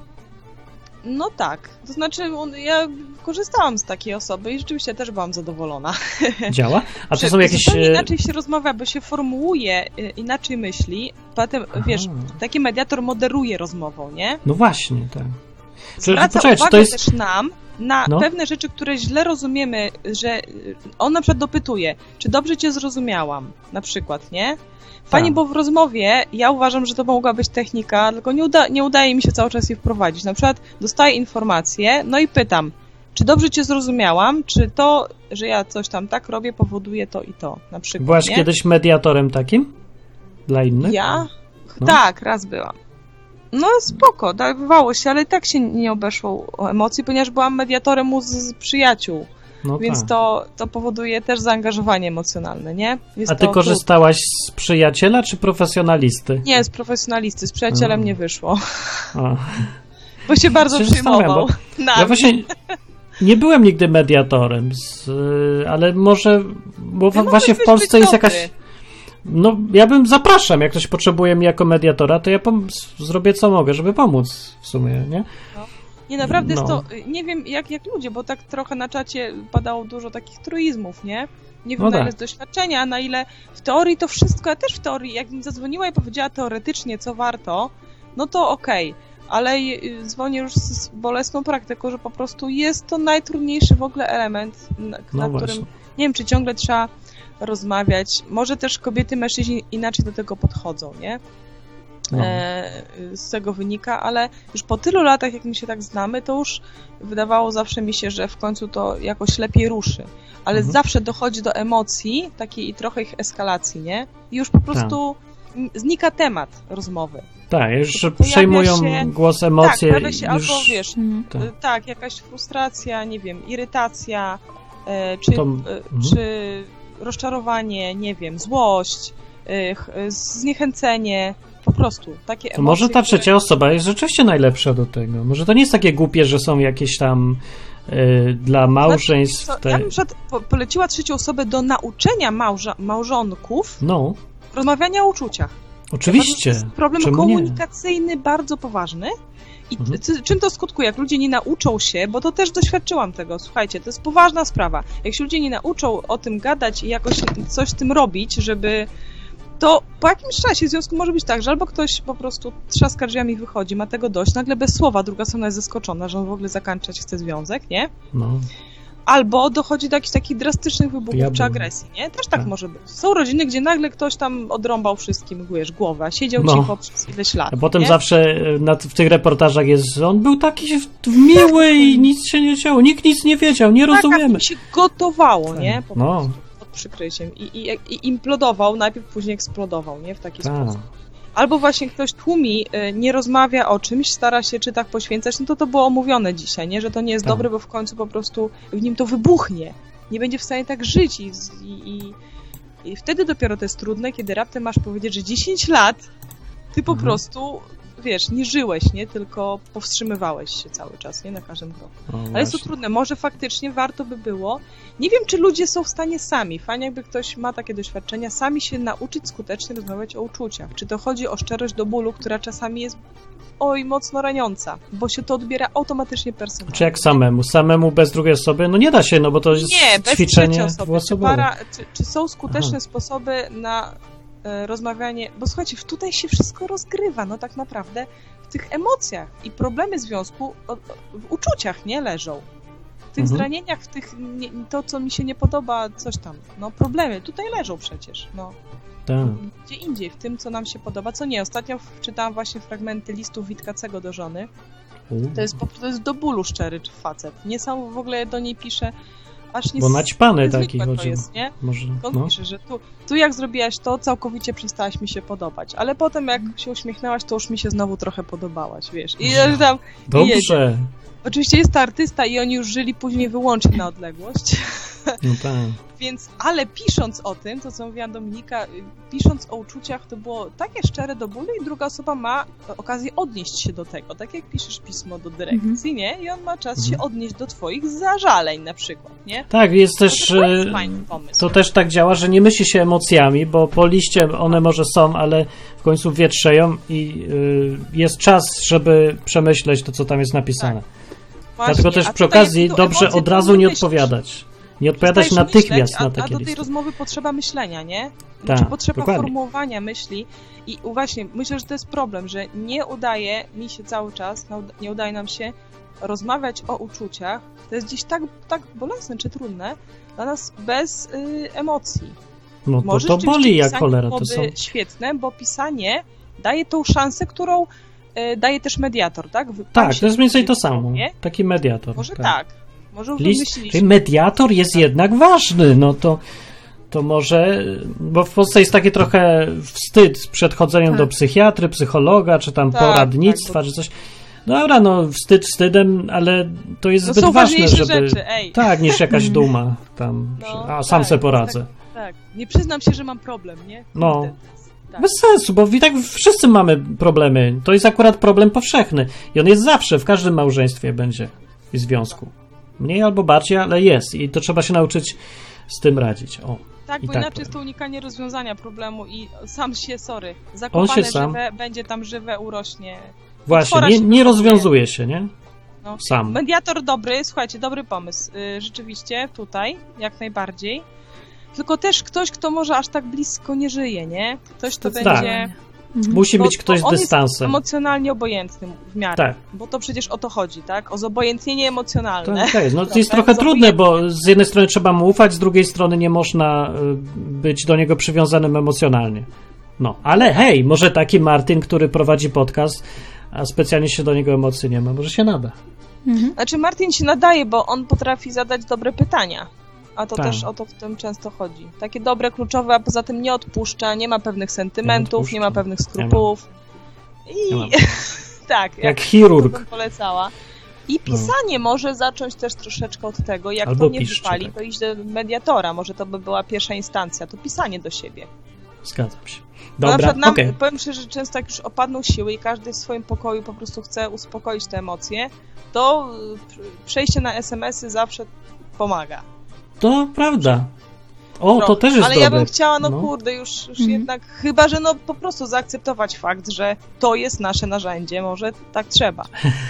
No tak, to znaczy on, ja korzystałam z takiej osoby i rzeczywiście też byłam zadowolona. Działa? A to Że są jakieś... zupełnie e, inaczej się rozmawia, bo się formułuje, y, inaczej myśli, potem, Aha. wiesz, taki mediator moderuje rozmową, nie? No właśnie, tak. Czy- Zwraca poczekaj, czy uwagę to jest- też nam na No. pewne rzeczy, które źle rozumiemy, że y, on na przykład dopytuje, czy dobrze cię zrozumiałam, na przykład, nie? Fajnie, Tak. bo w rozmowie ja uważam, że to mogła być technika, tylko nie, uda, nie udaje mi się cały czas jej wprowadzić. Na przykład dostaję informację, no i pytam, czy dobrze cię zrozumiałam, czy to, że ja coś tam tak robię, powoduje to i to, na przykład, Byłaś nie? kiedyś mediatorem takim? Dla innych? Ja? No. Tak, raz byłam. No spoko, dawało się, ale i tak się nie obeszło o emocji, ponieważ byłam mediatorem u z, z przyjaciół, No więc tak. to, to powoduje też zaangażowanie emocjonalne, nie? Jest A ty to korzystałaś z przyjaciela czy profesjonalisty? trud- Nie, z profesjonalisty, z przyjacielem Mm. nie wyszło, A. bo się bardzo Się zastanawiam, przejmował. bo nami. Ja właśnie nie byłem nigdy mediatorem, z, y, ale może, bo w, Ty właśnie w mogłeś Polsce być jest dobry. jakaś... No, ja bym zapraszam, jak ktoś potrzebuje mnie jako mediatora, to ja pom- zrobię co mogę, żeby pomóc w sumie, nie? Nie, naprawdę jest No. to, nie wiem jak, jak ludzie, bo tak trochę na czacie padało dużo takich truizmów, nie? Nie wiem No na ile tak. z doświadczenia, a na ile w teorii to wszystko, ja też w teorii, jakbym zadzwoniła i powiedziała teoretycznie co warto, no to okej, ale y, dzwonię już z, z bolesną praktyką, że po prostu jest to najtrudniejszy w ogóle element, na, No na właśnie. którym, nie wiem czy ciągle trzeba rozmawiać, może też kobiety, mężczyźni inaczej do tego podchodzą, nie? No. e, z tego wynika, ale już po tylu latach, jak my się tak znamy, to już wydawało zawsze mi się, że w końcu to jakoś lepiej ruszy. Ale Mhm. zawsze dochodzi do emocji, takiej i trochę ich eskalacji, nie? I już po prostu m- znika temat rozmowy. Tak, już Pojawia przejmują się- głos emocje. Tak, pojawia się już... albo, wiesz, Mhm. Tak. y, tak, jakaś frustracja, nie wiem, irytacja, e, czy, To- e, mhm. czy rozczarowanie, nie wiem, złość, e, ch- e, zniechęcenie, po prostu takie To emocje. może ta trzecia które... osoba jest rzeczywiście najlepsza do tego. Może to nie jest takie głupie, że są jakieś tam y, dla małżeństw Co, te... Ja bym przed, po, poleciła trzecią osobę do nauczenia małża, małżonków No, rozmawiania o uczuciach. oczywiście. To jest problem Czemu nie? komunikacyjny bardzo poważny. I Mhm. c- czym to skutkuje? Jak ludzie nie nauczą się, bo to też doświadczyłam tego, słuchajcie, to jest poważna sprawa. Jak się ludzie nie nauczą o tym gadać i jakoś coś z tym robić, żeby... To po jakimś czasie w związku może być tak, że albo ktoś po prostu trzaska drzwiami wychodzi, ma tego dość, nagle bez słowa, druga strona jest zaskoczona, że on w ogóle zakończać chce związek, nie? No. Albo dochodzi do jakichś takich drastycznych wybuchów Ja czy bym- agresji, nie? Też tak Tak. może być. Są rodziny, gdzie nagle ktoś tam odrąbał wszystkim, wiesz, głowę, a siedział No. cicho przez ileś lat, A potem nie? zawsze y, na, w tych reportażach jest, on był taki w- miły i nic się nie działo, nikt nic nie wiedział, nie Tak, a rozumiemy. im się gotowało, nie? Po No, prostu pod przykryciem. I, i, I implodował, najpierw później eksplodował, nie? W taki tak. sposób. Albo właśnie ktoś tłumi, y, nie rozmawia o czymś, stara się czy tak poświęcać, no to to było omówione dzisiaj, nie? Że to nie jest Tak. dobre, bo w końcu po prostu w nim to wybuchnie. Nie będzie w stanie tak żyć i, i, i, i wtedy dopiero to jest trudne, kiedy raptem masz powiedzieć, że dziesięć lat ty po Mhm. prostu, wiesz, nie żyłeś, nie? Tylko powstrzymywałeś się cały czas, nie? Na każdym kroku. O, Ale jest to właśnie. trudne. Może faktycznie warto by było. Nie wiem, czy ludzie są w stanie sami, fajnie jakby ktoś ma takie doświadczenia, sami się nauczyć skutecznie rozmawiać o uczuciach. Czy to chodzi o szczerość do bólu, która czasami jest oj, mocno raniąca, bo się to odbiera automatycznie personalnie. Czy jak samemu? Samemu bez drugiej osoby? No nie da się, no bo to jest Nie, bez ćwiczenie trzeciej osoby. Czy, dwuosobowe. para, czy, czy są skuteczne Aha. sposoby na e, rozmawianie? Bo słuchajcie, tutaj się wszystko rozgrywa, no tak naprawdę w tych emocjach i problemy związku o, o, w uczuciach, nie, leżą. W tych Mhm. zranieniach, w tych, nie, to co mi się nie podoba, coś tam, no problemy tutaj leżą przecież, no. Tak. Gdzie indziej, w tym co nam się podoba, co nie. Ostatnio czytałam właśnie fragmenty listów Witkacego do żony. U, To jest, po- to jest do bólu szczery facet. Nie sam w ogóle do niej pisze, aż nie Bo naćpany niezwykłe taki to chodził. jest, nie? Może, On no. pisze, że tu, tu jak zrobiłaś to, całkowicie przestałaś mi się podobać. Ale potem jak się uśmiechnęłaś, to już mi się znowu trochę podobałaś, wiesz. I ja tam, Dobrze. oczywiście jest to artysta i oni już żyli później wyłącznie na odległość. No tak. Więc, ale pisząc o tym, to co mówiła Dominika, y, pisząc o uczuciach, to było takie szczere do bólu i druga osoba ma okazję odnieść się do tego. Tak jak piszesz pismo do dyrekcji, nie? I on ma czas Mhm. się odnieść do twoich zażaleń na przykład, nie? Tak, jest też... To, to jest e, fajny pomysł. To też tak działa, że nie myśli się emocjami, bo po liście one może są, ale w końcu wietrzeją i y, jest czas, żeby przemyśleć to, co tam jest napisane. Właśnie, Dlatego też a przy tutaj okazji tu dobrze emocje od to razu nie myślisz. odpowiadać. Nie odpowiadać Przestajesz natychmiast myśleć, na a, a takie do tej listy. rozmowy potrzeba myślenia, nie? Tak, Znaczy potrzeba dokładnie. formułowania myśli i właśnie myślę, że to jest problem, że nie udaje mi się cały czas, no, nie udaje nam się rozmawiać o uczuciach. To jest gdzieś tak, tak bolesne czy trudne dla nas bez y, emocji. No to, Może to rzeczywiście boli jak pisanie cholera. To byłoby są... świetne, bo pisanie daje tą szansę, którą y, daje też mediator, tak? W- tam Tak, się to jest mniej więcej to dzieje, samo. nie? Taki mediator. Może tak. tak. Może już List, wymyśliliśmy. czyli mediator jest jednak ważny, no to, to może, bo w Polsce jest taki trochę wstyd przed chodzeniem Tak. do psychiatry, psychologa, czy tam Tak, poradnictwa, tak, bo- czy coś. Dobra, no wstyd wstydem, ale to jest No zbyt są ważne, ważniejsze żeby... rzeczy, ej. Tak, niż jakaś duma tam, No, że, a sam tak, se poradzę. Tak, nie przyznam się, że mam problem, nie? No. Kurde, tak. Bez sensu, bo i tak wszyscy mamy problemy. To jest akurat problem powszechny i on jest zawsze, w każdym małżeństwie będzie i związku. Mniej albo bardziej, ale jest i to trzeba się nauczyć z tym radzić. O. Tak, I bo tak inaczej powiem. jest to unikanie rozwiązania problemu i sam się, sorry, On zakopane się sam- żywe, będzie tam żywe, urośnie. Właśnie, Utwora nie, się nie wychowuje. rozwiązuje się, nie? No. Sam. Mediator dobry, słuchajcie, dobry pomysł. Yy, rzeczywiście, tutaj, jak najbardziej. Tylko też ktoś, kto może aż tak blisko nie żyje, nie? Ktoś, kto Tak. będzie... Mhm. Musi bo- być ktoś bo z on dystansem. jest emocjonalnie obojętny w miarę. Tak. Bo to przecież o to chodzi, tak? O zobojętnienie emocjonalne. Tak, tak jest. No, to Prawda? jest trochę trudne, Zobojętnie. bo z jednej strony trzeba mu ufać, z drugiej strony nie można y, być do niego przywiązanym emocjonalnie. No, ale hej, może taki Martin, który prowadzi podcast, a specjalnie się do niego emocji nie ma, może się nada. Mhm. Znaczy Martin się nadaje, bo on potrafi zadać dobre pytania. A to Tak. też o to w tym często chodzi. Takie dobre, kluczowe, a poza tym nie odpuszcza, nie ma pewnych sentymentów, odpuszcza. nie ma pewnych skrupułów. I Nie ma. tak, Jak chirurg. to bym polecała. I pisanie może zacząć też troszeczkę od tego, jak Albo to nie piszcie, wypali, tak. to iść do mediatora, może to by była pierwsza instancja, to pisanie do siebie. Zgadzam się. Bo na Dobra, przykład nam, okej. powiem szczerze, że często jak już opadną siły i każdy w swoim pokoju po prostu chce uspokoić te emocje, to y, przejście na es em esy zawsze pomaga. To prawda. O, Trochę. to też jest Ale dobre. ja bym chciała, no, No. kurde, już, już Mhm. jednak, chyba że no po prostu zaakceptować fakt, że to jest nasze narzędzie, może tak trzeba.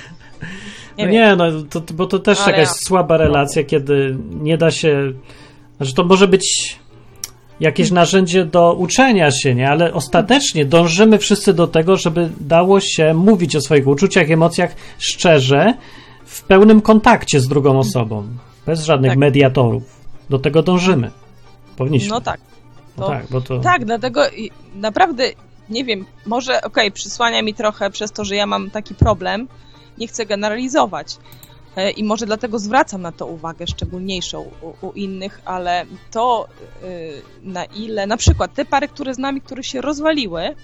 Nie No wiem. nie, no, to, to- bo to też Ale jakaś ja- słaba relacja, kiedy nie da się... Znaczy, to może być jakieś narzędzie do uczenia się, nie? Ale ostatecznie dążymy wszyscy do tego, żeby dało się mówić o swoich uczuciach, emocjach szczerze, w pełnym kontakcie z drugą osobą. Bez żadnych Tak. mediatorów. Do tego dążymy. Powinniśmy. No tak. No to- tak, bo to... Tak, dlatego i- naprawdę, nie wiem, może okej, przysłania mi trochę przez to, że ja mam taki problem, nie chcę generalizować. E, I może dlatego zwracam na to uwagę szczególniejszą u, u innych, ale to y, na ile, na przykład te pary, które z nami, które się rozwaliły,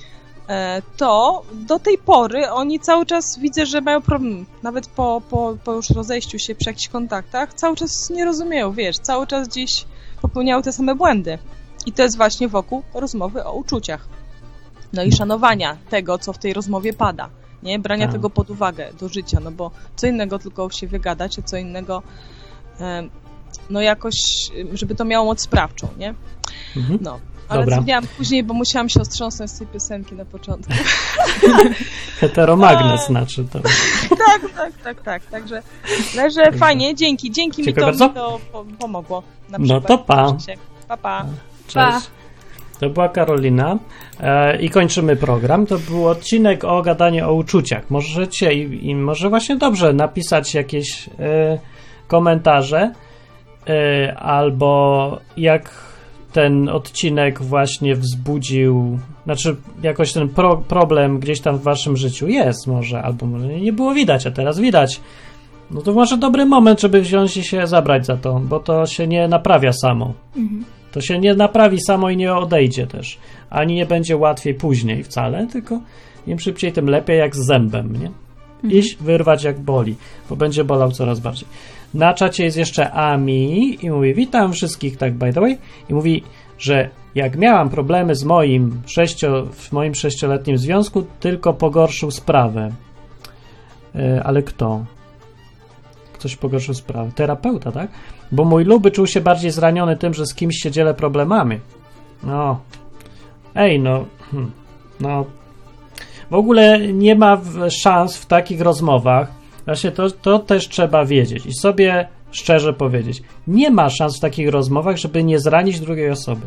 e, to do tej pory oni cały czas widzę, że mają problem, nawet po, po, po już rozejściu się przy jakichś kontaktach, cały czas nie rozumieją, wiesz, cały czas gdzieś popełniały te same błędy. I to jest właśnie wokół rozmowy o uczuciach. No i szanowania tego, co w tej rozmowie pada. Nie? Brania Tak. tego pod uwagę do życia, no bo co innego tylko się wygadać, a co innego em, no jakoś, żeby to miało moc sprawczą, nie? Mhm. No. Ale Dobra. zrobiłam później, bo musiałam się ostrząsnąć z tej piosenki na początku. Heteromagnes znaczy to. tak, tak, tak, tak. Także, także fajnie, dzięki. Dzięki mi Dziękuję to, bardzo. mi to po, pomogło. Na No przykład. to pa. Proszę cię. Pa, pa. Cześć. Pa. To była Karolina e, i kończymy program. To był odcinek o gadaniu o uczuciach. Możecie i, i może właśnie dobrze napisać jakieś e, komentarze e, albo jak ten odcinek właśnie wzbudził, znaczy jakoś ten pro, problem gdzieś tam w waszym życiu jest może, albo może nie było widać, a teraz widać. No to może dobry moment, żeby wziąć i się zabrać za to, bo to się nie naprawia samo. Mhm. To się nie naprawi samo i nie odejdzie też. Ani nie będzie łatwiej później wcale, tylko im szybciej, tym lepiej, jak z zębem, nie? Iść, wyrwać jak boli, bo będzie bolał coraz bardziej. Na czacie jest jeszcze Ami i mówi, witam wszystkich, tak by the way, i mówi, że jak miałam problemy z moim sześcio, w moim sześcioletnim związku, tylko pogorszył sprawę. Yy, ale kto? Ktoś pogorszył sprawę. Terapeuta, tak? Bo mój luby czuł się bardziej zraniony tym, że z kimś się dzielę problemami. No. Ej, no. Hmm. No. W ogóle nie ma w- szans w takich rozmowach. Właśnie to, to też trzeba wiedzieć i sobie szczerze powiedzieć. Nie ma szans w takich rozmowach, żeby nie zranić drugiej osoby.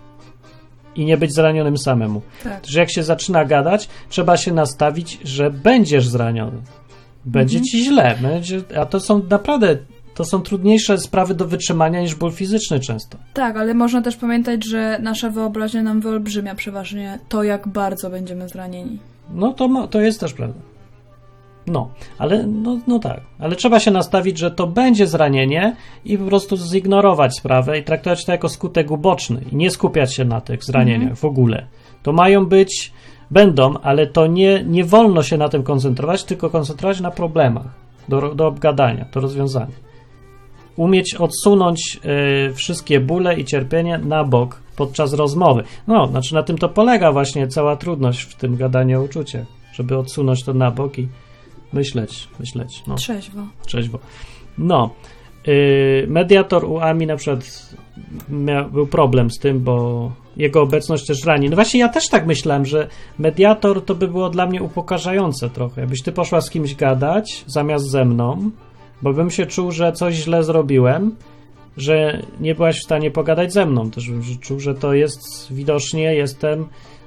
I nie być zranionym samemu. Tak. Że jak się zaczyna gadać, trzeba się nastawić, że będziesz zraniony. Będzie Mhm. ci źle. Będzie, a to są naprawdę, to są trudniejsze sprawy do wytrzymania niż ból fizyczny często. Tak, ale można też pamiętać, że nasza wyobraźnia nam wyolbrzymia przeważnie to, jak bardzo będziemy zranieni. No to, ma- to jest też prawda. No, ale no, no tak. Ale trzeba się nastawić, że to będzie zranienie i po prostu zignorować sprawę i traktować to jako skutek uboczny i nie skupiać się na tych zranieniach Mhm. w ogóle. To mają być, będą, ale to nie, nie wolno się na tym koncentrować, tylko koncentrować na problemach do, do obgadania, do rozwiązania. Umieć odsunąć y, wszystkie bóle i cierpienie na bok podczas rozmowy. No, znaczy na tym to polega właśnie cała trudność w tym gadaniu o uczuciach, żeby odsunąć to na bok i myśleć, myśleć, no, Trzeźwo. trzeźwo. No, y, mediator u Ami na przykład miał, był problem z tym, bo jego obecność też rani. No właśnie ja też tak myślałem, że mediator to by było dla mnie upokarzające trochę. Jakbyś ty poszła z kimś gadać zamiast ze mną, bo bym się czuł, że coś źle zrobiłem, że nie byłaś w stanie pogadać ze mną. Też bym czuł, że to jest widocznie, jestem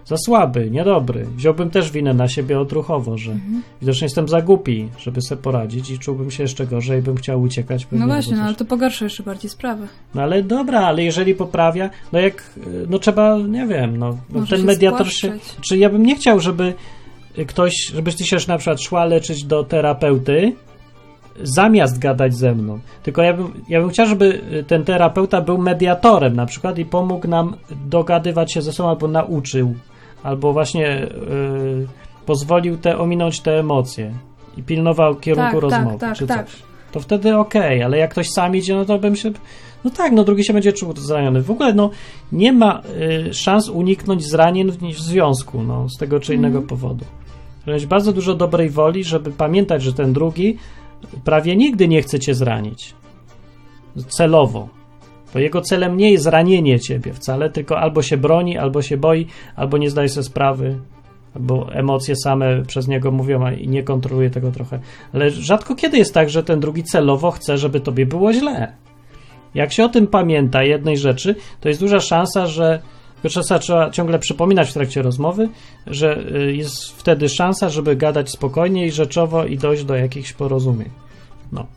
za słaby, niedobry. Wziąłbym też winę na siebie odruchowo, że Mhm. widocznie jestem za głupi, żeby sobie poradzić i czułbym się jeszcze gorzej, bym chciał uciekać. pewnie, No albo właśnie, no, coś. ale to pogarsza jeszcze bardziej sprawę. No ale dobra, ale jeżeli poprawia, no jak, no trzeba, nie wiem, no Może ten się mediator się, spłaszczyć. czy ja bym nie chciał, żeby ktoś, żebyś ty się na przykład szła leczyć do terapeuty, zamiast gadać ze mną. Tylko ja bym, ja bym chciał, żeby ten terapeuta był mediatorem na przykład i pomógł nam dogadywać się ze sobą, albo nauczył, albo właśnie yy, pozwolił te, ominąć te emocje i pilnował kierunku Tak, tak, rozmowy, tak, czy tak. coś. To wtedy okej, ale jak ktoś sam idzie, no to bym się... No tak, no drugi się będzie czuł zraniony. W ogóle, no, nie ma y, szans uniknąć zranień w, w związku, no, z tego czy innego Mhm. powodu. Trzeba mieć bardzo dużo dobrej woli, żeby pamiętać, że ten drugi prawie nigdy nie chce cię zranić. Celowo. Bo jego celem nie jest zranienie ciebie wcale, tylko albo się broni, albo się boi, albo nie zdaje sobie sprawy, albo emocje same przez niego mówią a i nie kontroluje tego trochę. Ale rzadko kiedy jest tak, że ten drugi celowo chce, żeby tobie było źle. Jak się o tym pamięta, jednej rzeczy, to jest duża szansa, że trzeba, trzeba ciągle przypominać w trakcie rozmowy, że y, jest wtedy szansa, żeby gadać spokojnie i rzeczowo i dojść do jakichś porozumień. No.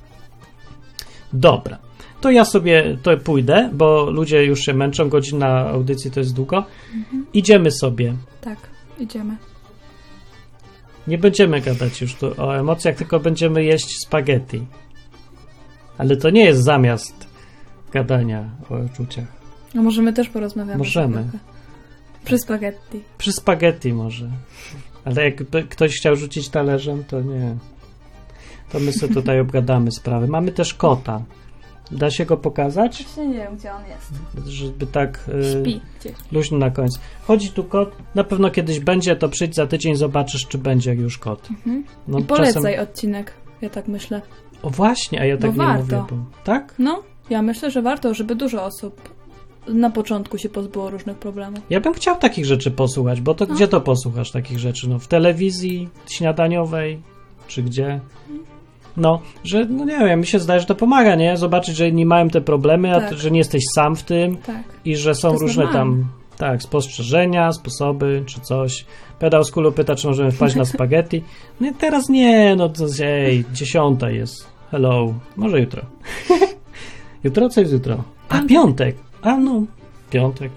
Dobra. To ja sobie to pójdę, bo ludzie już się męczą, godzina audycji to jest długo. Mhm. Idziemy sobie. Tak, idziemy. Nie będziemy gadać już tu o emocjach, tylko będziemy jeść spaghetti. Ale to nie jest zamiast gadania o uczuciach. No może my też porozmawiamy. Możemy. trochę. Przy spaghetti. Przy spaghetti może. Ale jakby ktoś chciał rzucić talerzem, to nie. To my sobie tutaj obgadamy sprawy. Mamy też kota. Da się go pokazać? Właśnie nie wiem, gdzie on jest. Żeby tak y, Śpi gdzieś. luźno na końcu. Chodzi tu kot. Na pewno kiedyś będzie, to przyjdź za tydzień, zobaczysz, czy będzie już kot. Mhm. No, I polecaj czasem... odcinek, ja tak myślę. O właśnie, a ja tak Bo nie warto. mówię. Bo... Tak? No, ja myślę, że warto, żeby dużo osób na początku się pozbyło różnych problemów. Ja bym chciał takich rzeczy posłuchać, bo to No. gdzie to posłuchasz takich rzeczy? No w telewizji śniadaniowej, czy gdzie? No, że no nie wiem, mi się zdaje, że to pomaga, nie? Zobaczyć, że inni mają te problemy, a Tak. to, że nie jesteś sam w tym Tak. i że są To jest różne normalne. tam tak, spostrzeżenia, sposoby, czy coś. Pedał z kulu pyta, czy możemy wpaść na spaghetti. No i teraz nie, no to ej, dziesiąta jest. Hello, może jutro. Jutro? Co jest jutro? A, Piątek. piątek. A no, piątek.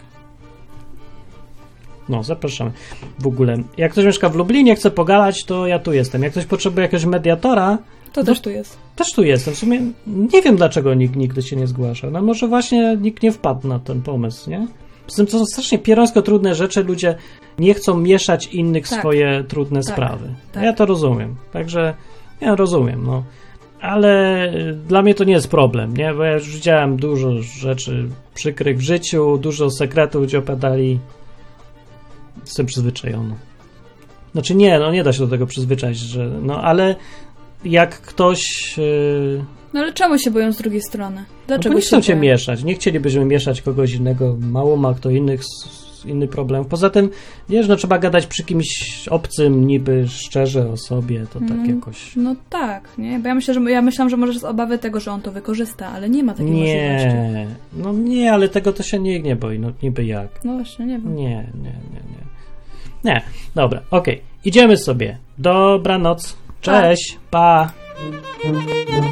No, zapraszamy. W ogóle, jak ktoś mieszka w Lublinie, chce pogadać, to ja tu jestem. Jak ktoś potrzebuje jakiegoś mediatora, To też tu jest. też tu jestem. W sumie nie wiem, dlaczego nikt nigdy się nie zgłaszał. No może właśnie nikt nie wpadł na ten pomysł, nie? Z tym to są strasznie pierońsko trudne rzeczy. Ludzie nie chcą mieszać innych w Tak. swoje trudne Tak. sprawy. Tak. Ja to rozumiem. Także ja rozumiem, no. Ale y, dla mnie to nie jest problem, nie? Bo ja już widziałem dużo rzeczy przykrych w życiu, dużo sekretów ludzie opowiadali. Jestem przyzwyczajony. Znaczy nie, no nie da się do tego przyzwyczaić, że no ale jak ktoś... Yy, No ale czemu się boją z drugiej strony? no Dlaczego bo nie chcą się cię boją? mieszać. Nie chcielibyśmy mieszać kogoś innego. Mało ma kto innych z, inny problem. Poza tym, wiesz, no trzeba gadać przy kimś obcym, niby szczerze o sobie, to tak Mm. jakoś... No tak, nie? Bo ja myślę, że ja myślałam, że może z obawy tego, że on to wykorzysta, ale nie ma takiej możliwości. Nie, no nie, ale tego to się nikt nie boi, no niby jak. No właśnie, nie wiem. Nie, nie, nie, nie. Nie, dobra, okej. Idziemy sobie. Dobranoc. Cześć, pa.